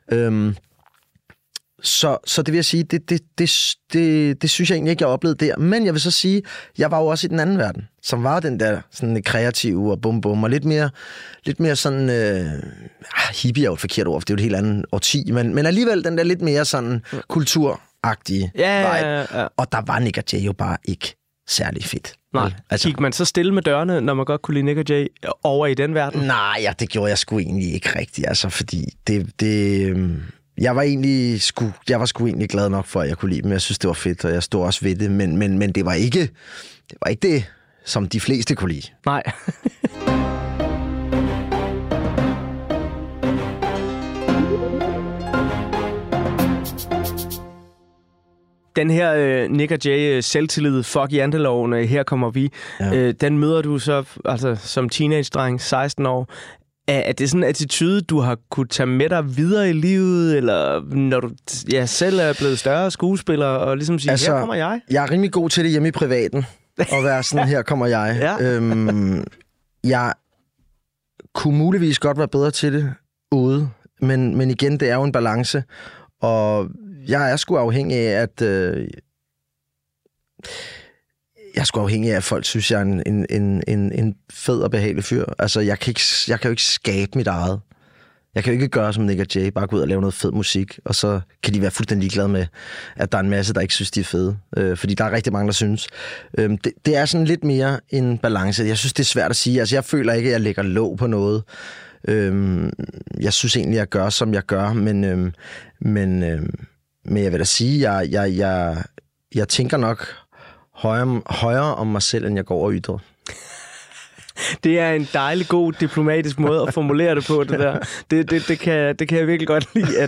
Så det vil jeg sige, det synes jeg egentlig ikke, jeg oplevede der. Men jeg vil så sige, jeg var jo også i den anden verden, som var den der sådan kreative og bum, og lidt mere sådan, hippie er jo et forkert ord, for det er jo et helt andet årti, men alligevel den der lidt mere sådan kulturagtige vibe. Og der var Nick og Jay jo bare ikke. særlig fedt. Nej, altså, gik man så stille med dørene, når man godt kunne lide Nick og Jay over i den verden? Nej, ja, det gjorde jeg sgu egentlig ikke rigtigt, altså, fordi jeg var sgu egentlig glad nok for, at jeg kunne lide dem. Jeg synes, det var fedt, og jeg stod også ved det, men det var ikke det, som de fleste kunne lide. Nej. Den her Nick og Jay selvtillid, fuck janteloven, her kommer vi. Ja. Den møder du så altså, som teenage-dreng, 16 år. Er det sådan en attitude, du har kunne tage med dig videre i livet, eller når du selv er blevet større skuespiller, og ligesom sige, altså, her kommer jeg? Jeg er rimelig god til det hjemme i privaten, at være sådan, her kommer jeg. Ja. Jeg kunne muligvis godt være bedre til det ude, men igen, det er jo en balance, og jeg er sgu afhængig af, at at folk synes, jeg er en fed og behagelig fyr. Altså, jeg kan jo ikke skabe mit eget. Jeg kan jo ikke gøre som Nick og Jay, bare gå ud og lave noget fed musik, og så kan de være fuldstændig ligeglade med, at der er en masse, der ikke synes, de er fede. Fordi der er rigtig mange, der synes. Det er sådan lidt mere en balance. Jeg synes, det er svært at sige. Altså, jeg føler ikke, at jeg lægger låg på noget. Jeg synes egentlig, at jeg gør, som jeg gør, men jeg vil da sige, jeg tænker nok højere om mig selv, end jeg går og ytrer. Det er en dejlig, god diplomatisk måde at formulere det på, det der. Det kan jeg virkelig godt lide,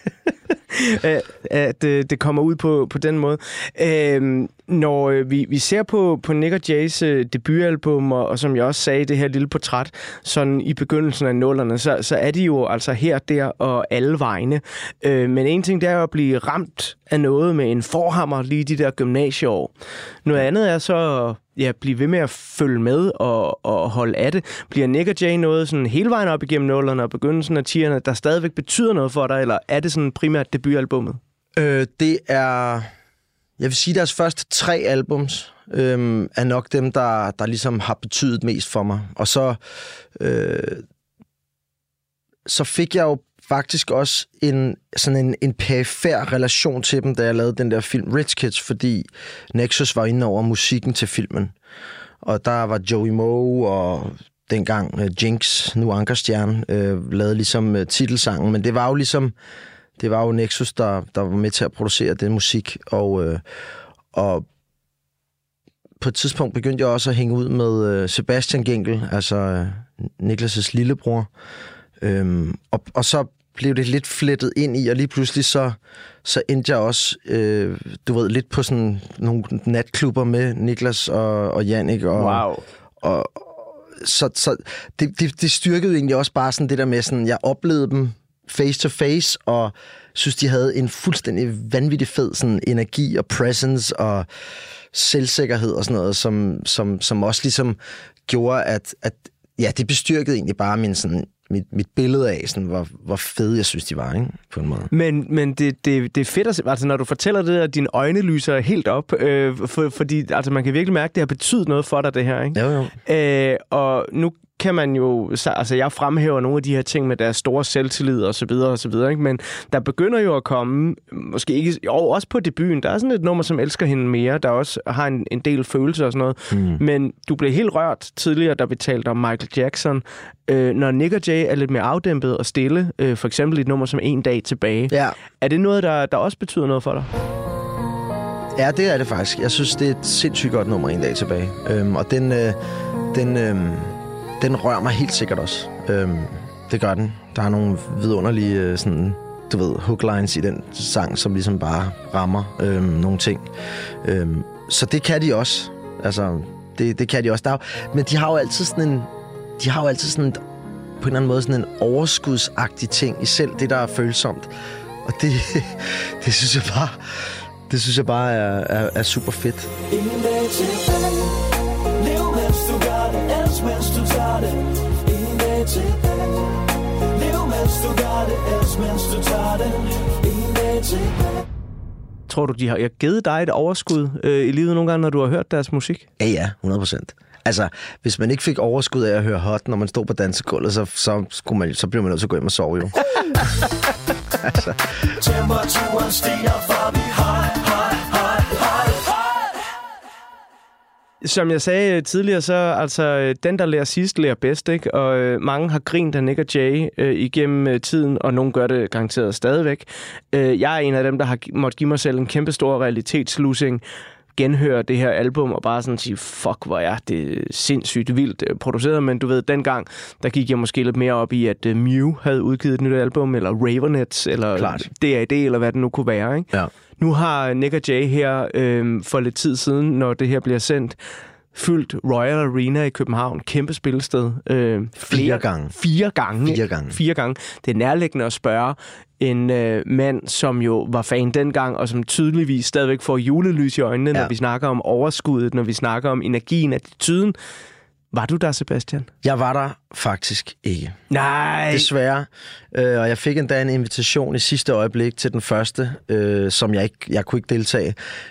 at det kommer ud på den måde. Når vi ser på Nick og Jays debutalbum, og som jeg også sagde, det her lille portræt, sådan i begyndelsen af nullerne, så er de jo altså her, der og alle vegne. Men en ting, det er jo at blive ramt af noget med en forhammer lige de der gymnasieår. Noget andet er så blive ved med at følge med og holde af det. Bliver Nick og Jay noget sådan hele vejen op igennem nullerne og begyndelsen af 10'erne, der stadigvæk betyder noget for dig, eller er det sådan primært debutalbummet? Det er, jeg vil sige, deres første 3 albums er nok dem, der ligesom har betydet mest for mig. Og så fik jeg jo faktisk også en perifær relation til dem, da jeg lavede den der film Rich Kids, fordi Nexus var inde over musikken til filmen. Og der var Joey Moe og dengang Jinx, nu Ankerstjerne, lavede ligesom titelsangen, men det var jo Nexus, der var med til at producere den musik, og på et tidspunkt begyndte jeg også at hænge ud med Sebastian Genkel, altså Niklas' lillebror, og så blev det lidt flettet ind i, og lige pludselig så endte jeg også, lidt på sådan nogle natklubber med Niklas og Jannik. Wow. Og så det styrkede egentlig også bare sådan det der med, sådan, jeg oplevede dem face to face, og synes, de havde en fuldstændig vanvittig fed sådan, energi og presence og selvsikkerhed og sådan noget, som også ligesom gjorde, at det bestyrkede egentlig bare mit billede af, sådan, hvor fede jeg synes, de var, ikke? På en måde. Men det er fedt at se, altså når du fortæller det, at dine øjne lyser helt op, fordi altså, man kan virkelig mærke, at det har betydet noget for dig, det her, ikke? Jo. Og nu kan man jo, altså jeg fremhæver nogle af de her ting med deres store selvtillid og så videre, ikke? Men der begynder jo at komme, måske ikke, også på debuten, der er sådan et nummer, som elsker hende mere, der også har en del følelser og sådan noget, men du blev helt rørt tidligere, da vi talte om Michael Jackson. Når Nick og Jay er lidt mere afdæmpet og stille, for eksempel et nummer som En dag tilbage, er det noget, der også betyder noget for dig? Ja, det er det faktisk. Jeg synes, det er et sindssygt godt nummer, En dag tilbage. Og den rører mig helt sikkert også. Det gør den. Der er nogle vidunderlige hooklines i den sang, som ligesom bare rammer nogle ting. Så det kan de også. Altså, det kan de også. Men de har jo altid sådan en på en eller anden måde sådan en overskudsagtig ting i selv det, der er følsomt. Og det synes jeg bare er super fedt. Ingen dag tilbage. Lev mens du gør det, elsk mens du tager det. Ingen dag tilbage. Lev mens du gør det, elsk mens du tager det. Ingen dag tilbage. Tror du, de har givet dig et overskud i livet nogle gange, når du har hørt deres musik? Ja, 100%. Altså, hvis man ikke fik overskud af at høre Hot, når man stod på dansegulvet, så blev man nødt til at gå hjem og sove, jo. Altså. Temperaturen stiger, for vi high. Som jeg sagde tidligere, så altså den, der lærer sidst, lærer bedst, ikke? Og mange har grint af Nick og Jay igennem tiden, og nogen gør det garanteret stadigvæk. Jeg er en af dem, der har måttet give mig selv en kæmpe stor realitetslusing, genhøre det her album og bare sådan sige, fuck, hvor er det sindssygt vildt produceret. Men du ved, dengang, der gik jeg måske lidt mere op i, at Mew havde udgivet et nyt album, eller Ravenet, eller D.A.D., eller hvad det nu kunne være, ikke? Ja. Nu har Nick og Jay her for lidt tid siden, når det her bliver sendt, fyldt Royal Arena i København. Kæmpe spillested. 4 gange. 4 gange. 4 gange. Det er nærliggende at spørge en mand, som jo var fan dengang, og som tydeligvis stadigvæk får julelys i øjnene, når vi snakker om overskuddet, når vi snakker om energien, attituden. Var du der, Sebastian? Jeg var der faktisk ikke. Nej! Desværre. Og jeg fik endda en invitation i sidste øjeblik til den første, som jeg kunne ikke deltage.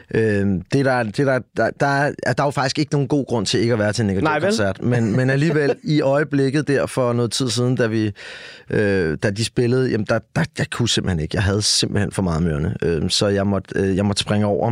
Der er jo faktisk ikke nogen god grund til ikke at være til en Nick og Jay-koncert. Men alligevel i øjeblikket der for noget tid siden, da de spillede, jamen jeg kunne simpelthen ikke. Jeg havde simpelthen for meget mørne. Så jeg måtte springe over,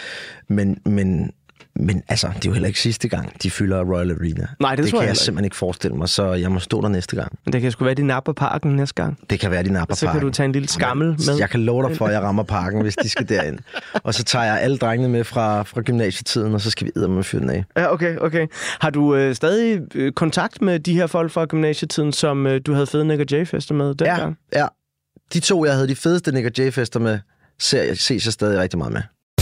men altså, det er jo heller ikke sidste gang, de fylder Royal Arena. Nej, det tror kan jeg simpelthen ikke forestille mig, så jeg må stå der næste gang. Men det kan sgu være, de napper parken næste gang. Det kan være, de napper parken. Så kan du tage en lille skammel med. Jeg kan love dig for, at jeg rammer parken, hvis de skal derind. Og så tager jeg alle drengene med fra gymnasietiden, og så skal vi eddermame fyre den af. Ja, okay. Har du stadig kontakt med de her folk fra gymnasietiden, som du havde fede Nick og Jay-fester med dengang? Ja. De to, jeg havde de fedeste Nick og Jay-fester med, ses jeg stadig rigtig meget med.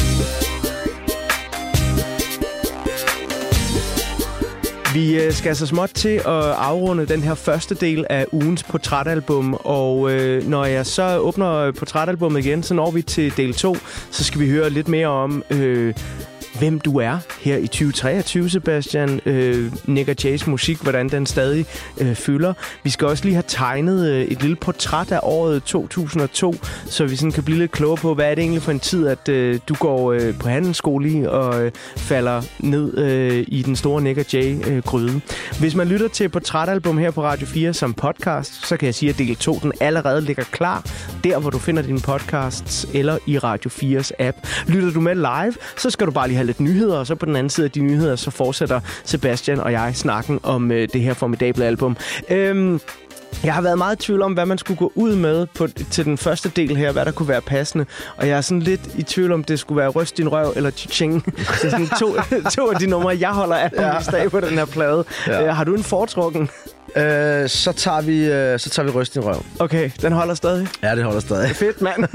Vi skal så småt til at afrunde den her første del af ugens portrætalbum, og når jeg så åbner portrætalbummet igen, så når vi til del 2, så skal vi høre lidt mere om, hvem du er her i 2023, Sebastian. Nick og Jays musik, hvordan den stadig fylder. Vi skal også lige have tegnet et lille portræt af året 2002, så vi sådan kan blive lidt klogere på, hvad er det egentlig for en tid, at du går på handelsskole i og falder ned i den store Nick og Jay-gryde. Hvis man lytter til portrætalbum her på Radio 4 som podcast, så kan jeg sige, at del 2 den allerede ligger klar, der hvor du finder dine podcasts eller i Radio 4's app. Lytter du med live, så skal du bare lige have lidt nyheder, og så på den anden side af de nyheder, så fortsætter Sebastian og jeg snakken om det her formidable album. Jeg har været meget i tvivl om, hvad man skulle gå ud med til den første del her, hvad der kunne være passende. Og jeg er sådan lidt i tvivl om, det skulle være Ryst din røv eller Tching. Det er sådan to af de numre, jeg holder allermest af på den her plade. Ja. Har du en foretrukken? Så tager vi Ryst din røv. Okay, den holder stadig? Ja, det holder stadig. Fedt, mand.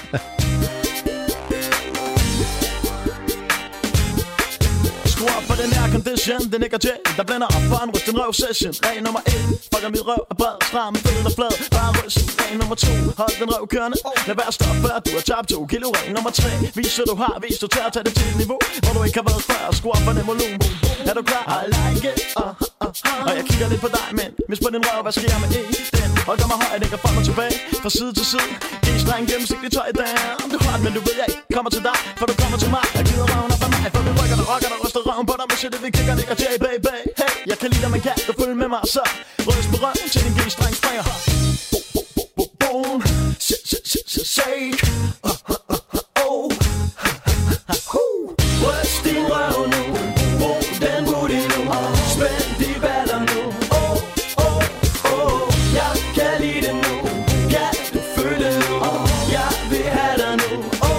Condition, det Nick og Jay, der blænder op for en ryst en røv session. Regel nummer 1, fucker mit røv er bred, stram, fed og flad, bare ryst. Regel nummer 2, hold den røv kørende, lad være stoppe før du har tabt 2 kilo. Regel nummer 3, vis hvad du har, vis du tør at tage det til et niveau, hvor du ikke har været før, skru op for den volumen. Er du klar? I like it, og jeg kigger lidt på dig, men mis på din røv, hvad sker med den? Hold dig mig højt, den kan frem og tilbage, fra side til side. G-streng gennemsigtigt tøj der, det er hot, men du ved jeg ikke kommer til dig, for du kommer til mig. Jeg gider røven op af mig, for vi rykker der rocker, der ryster røven på dig, men shit, det vi kicker Nick og Jay, baby. Hey, jeg kan lide dig, men kan du følge med mig, så ryst på røven til din G-streng springer. Boom, shake, ryst din røv nu, brug den booty nu, spænd de baller nu. Jeg kan lide det nu, kan du føle det nu, jeg vil have dig nu.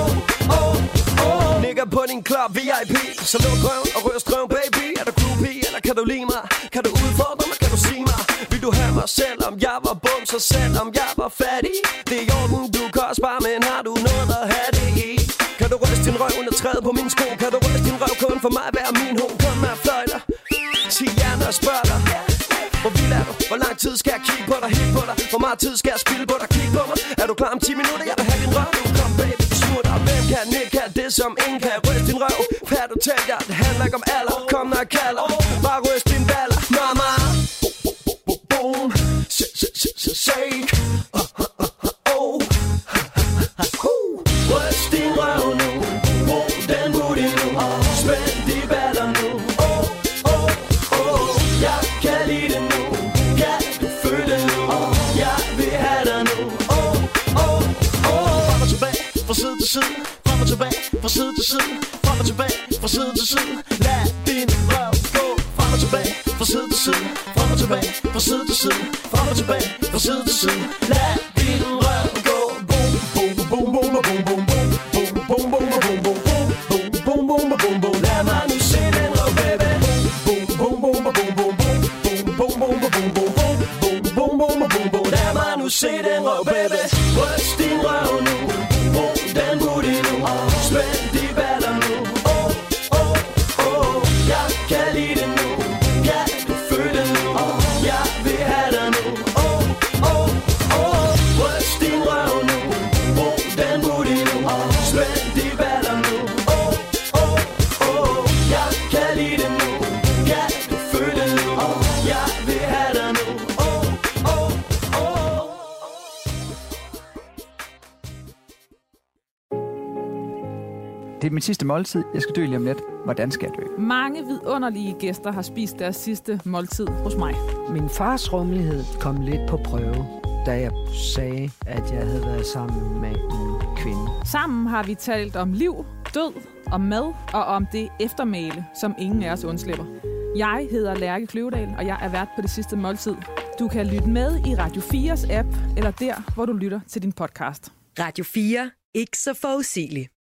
Nikker på din club VIP, så luk røven og ryst røven, baby. Er du groupie, eller kan du lide mig? Kan du udfordre mig, kan du sige mig? Vil du have mig, selvom jeg var bum, så selvom jeg var fattig? Det er i orden, du er kostbar, men har du noget at have det i? Kan du ryste din røv under træet på min sko? Kan du ryste din røv kun for mig, være min hund? Kun med fløjter, sig gerne og spørg dig. Hvor vild er du? Hvor lang tid skal jeg kigge på dig? Helt på dig? Hvor meget tid skal jeg spille på dig? Kig på mig. Er du klar om 10 minutter? Jeg vil have din røv. Kom baby, du smutter. Hvem kan ikke kan det som ingen kan? Ryst din røv. Færd du tæt, ja, det handler ikke om alder. Kom når jeg kalder. Bare ryst din baller. Mama. Boom. Shake. Ryst din røv nu. Brug den booty nu. Spænd de baller nu. Jeg kan lide det nu. Kan du føle det nu? Jeg vil have dig nu. Frem og tilbage, fra side til side. Frem og tilbage, fra side til side. Frem og tilbage, fra side til side. Lad din røv og tilbage, fra side til side. Frem og tilbage, fra side til side. Frem og tilbage, fra side til side. Lad din røv gå. Boom, boom, boom, boom, boom, boom, boom. Boom, boom, boom, boom, boom, boom. Boom, boom, boom, boom. Lad mig nu se den røv, baby. Boom, boom, boom, boom, boom, boom. Boom, boom, boom, boom, boom, boom. Boom, boom, boom, boom, boom. Lad mig nu se den røv, baby. Ryst din røv nu. Brug den booty nu. Spænd de baller nu. Jeg kan lide det nu. Ja, du føler det nu. Jeg vil have dig nu. Ryst din røv nu. Brug den booty nu. Spænd de baller nu. Jeg kan lide det nu. Ja, du føler det nu. Jeg vil have dig nu. Det er mit sidste måltid. Jeg skal dø lige om lidt. Hvordan skal jeg dø? Mange vidunderlige gæster har spist deres sidste måltid hos mig. Min fars rummelighed kom lidt på prøve, da jeg sagde, at jeg havde været sammen med en kvinde. Sammen har vi talt om liv, død, om mad og om det eftermæle, som ingen af os undslipper. Jeg hedder Lærke Kløvedal, og jeg er vært på Det Sidste Måltid. Du kan lytte med i Radio 4's app, eller der, hvor du lytter til din podcast. Radio 4. Ikke så forudsigeligt.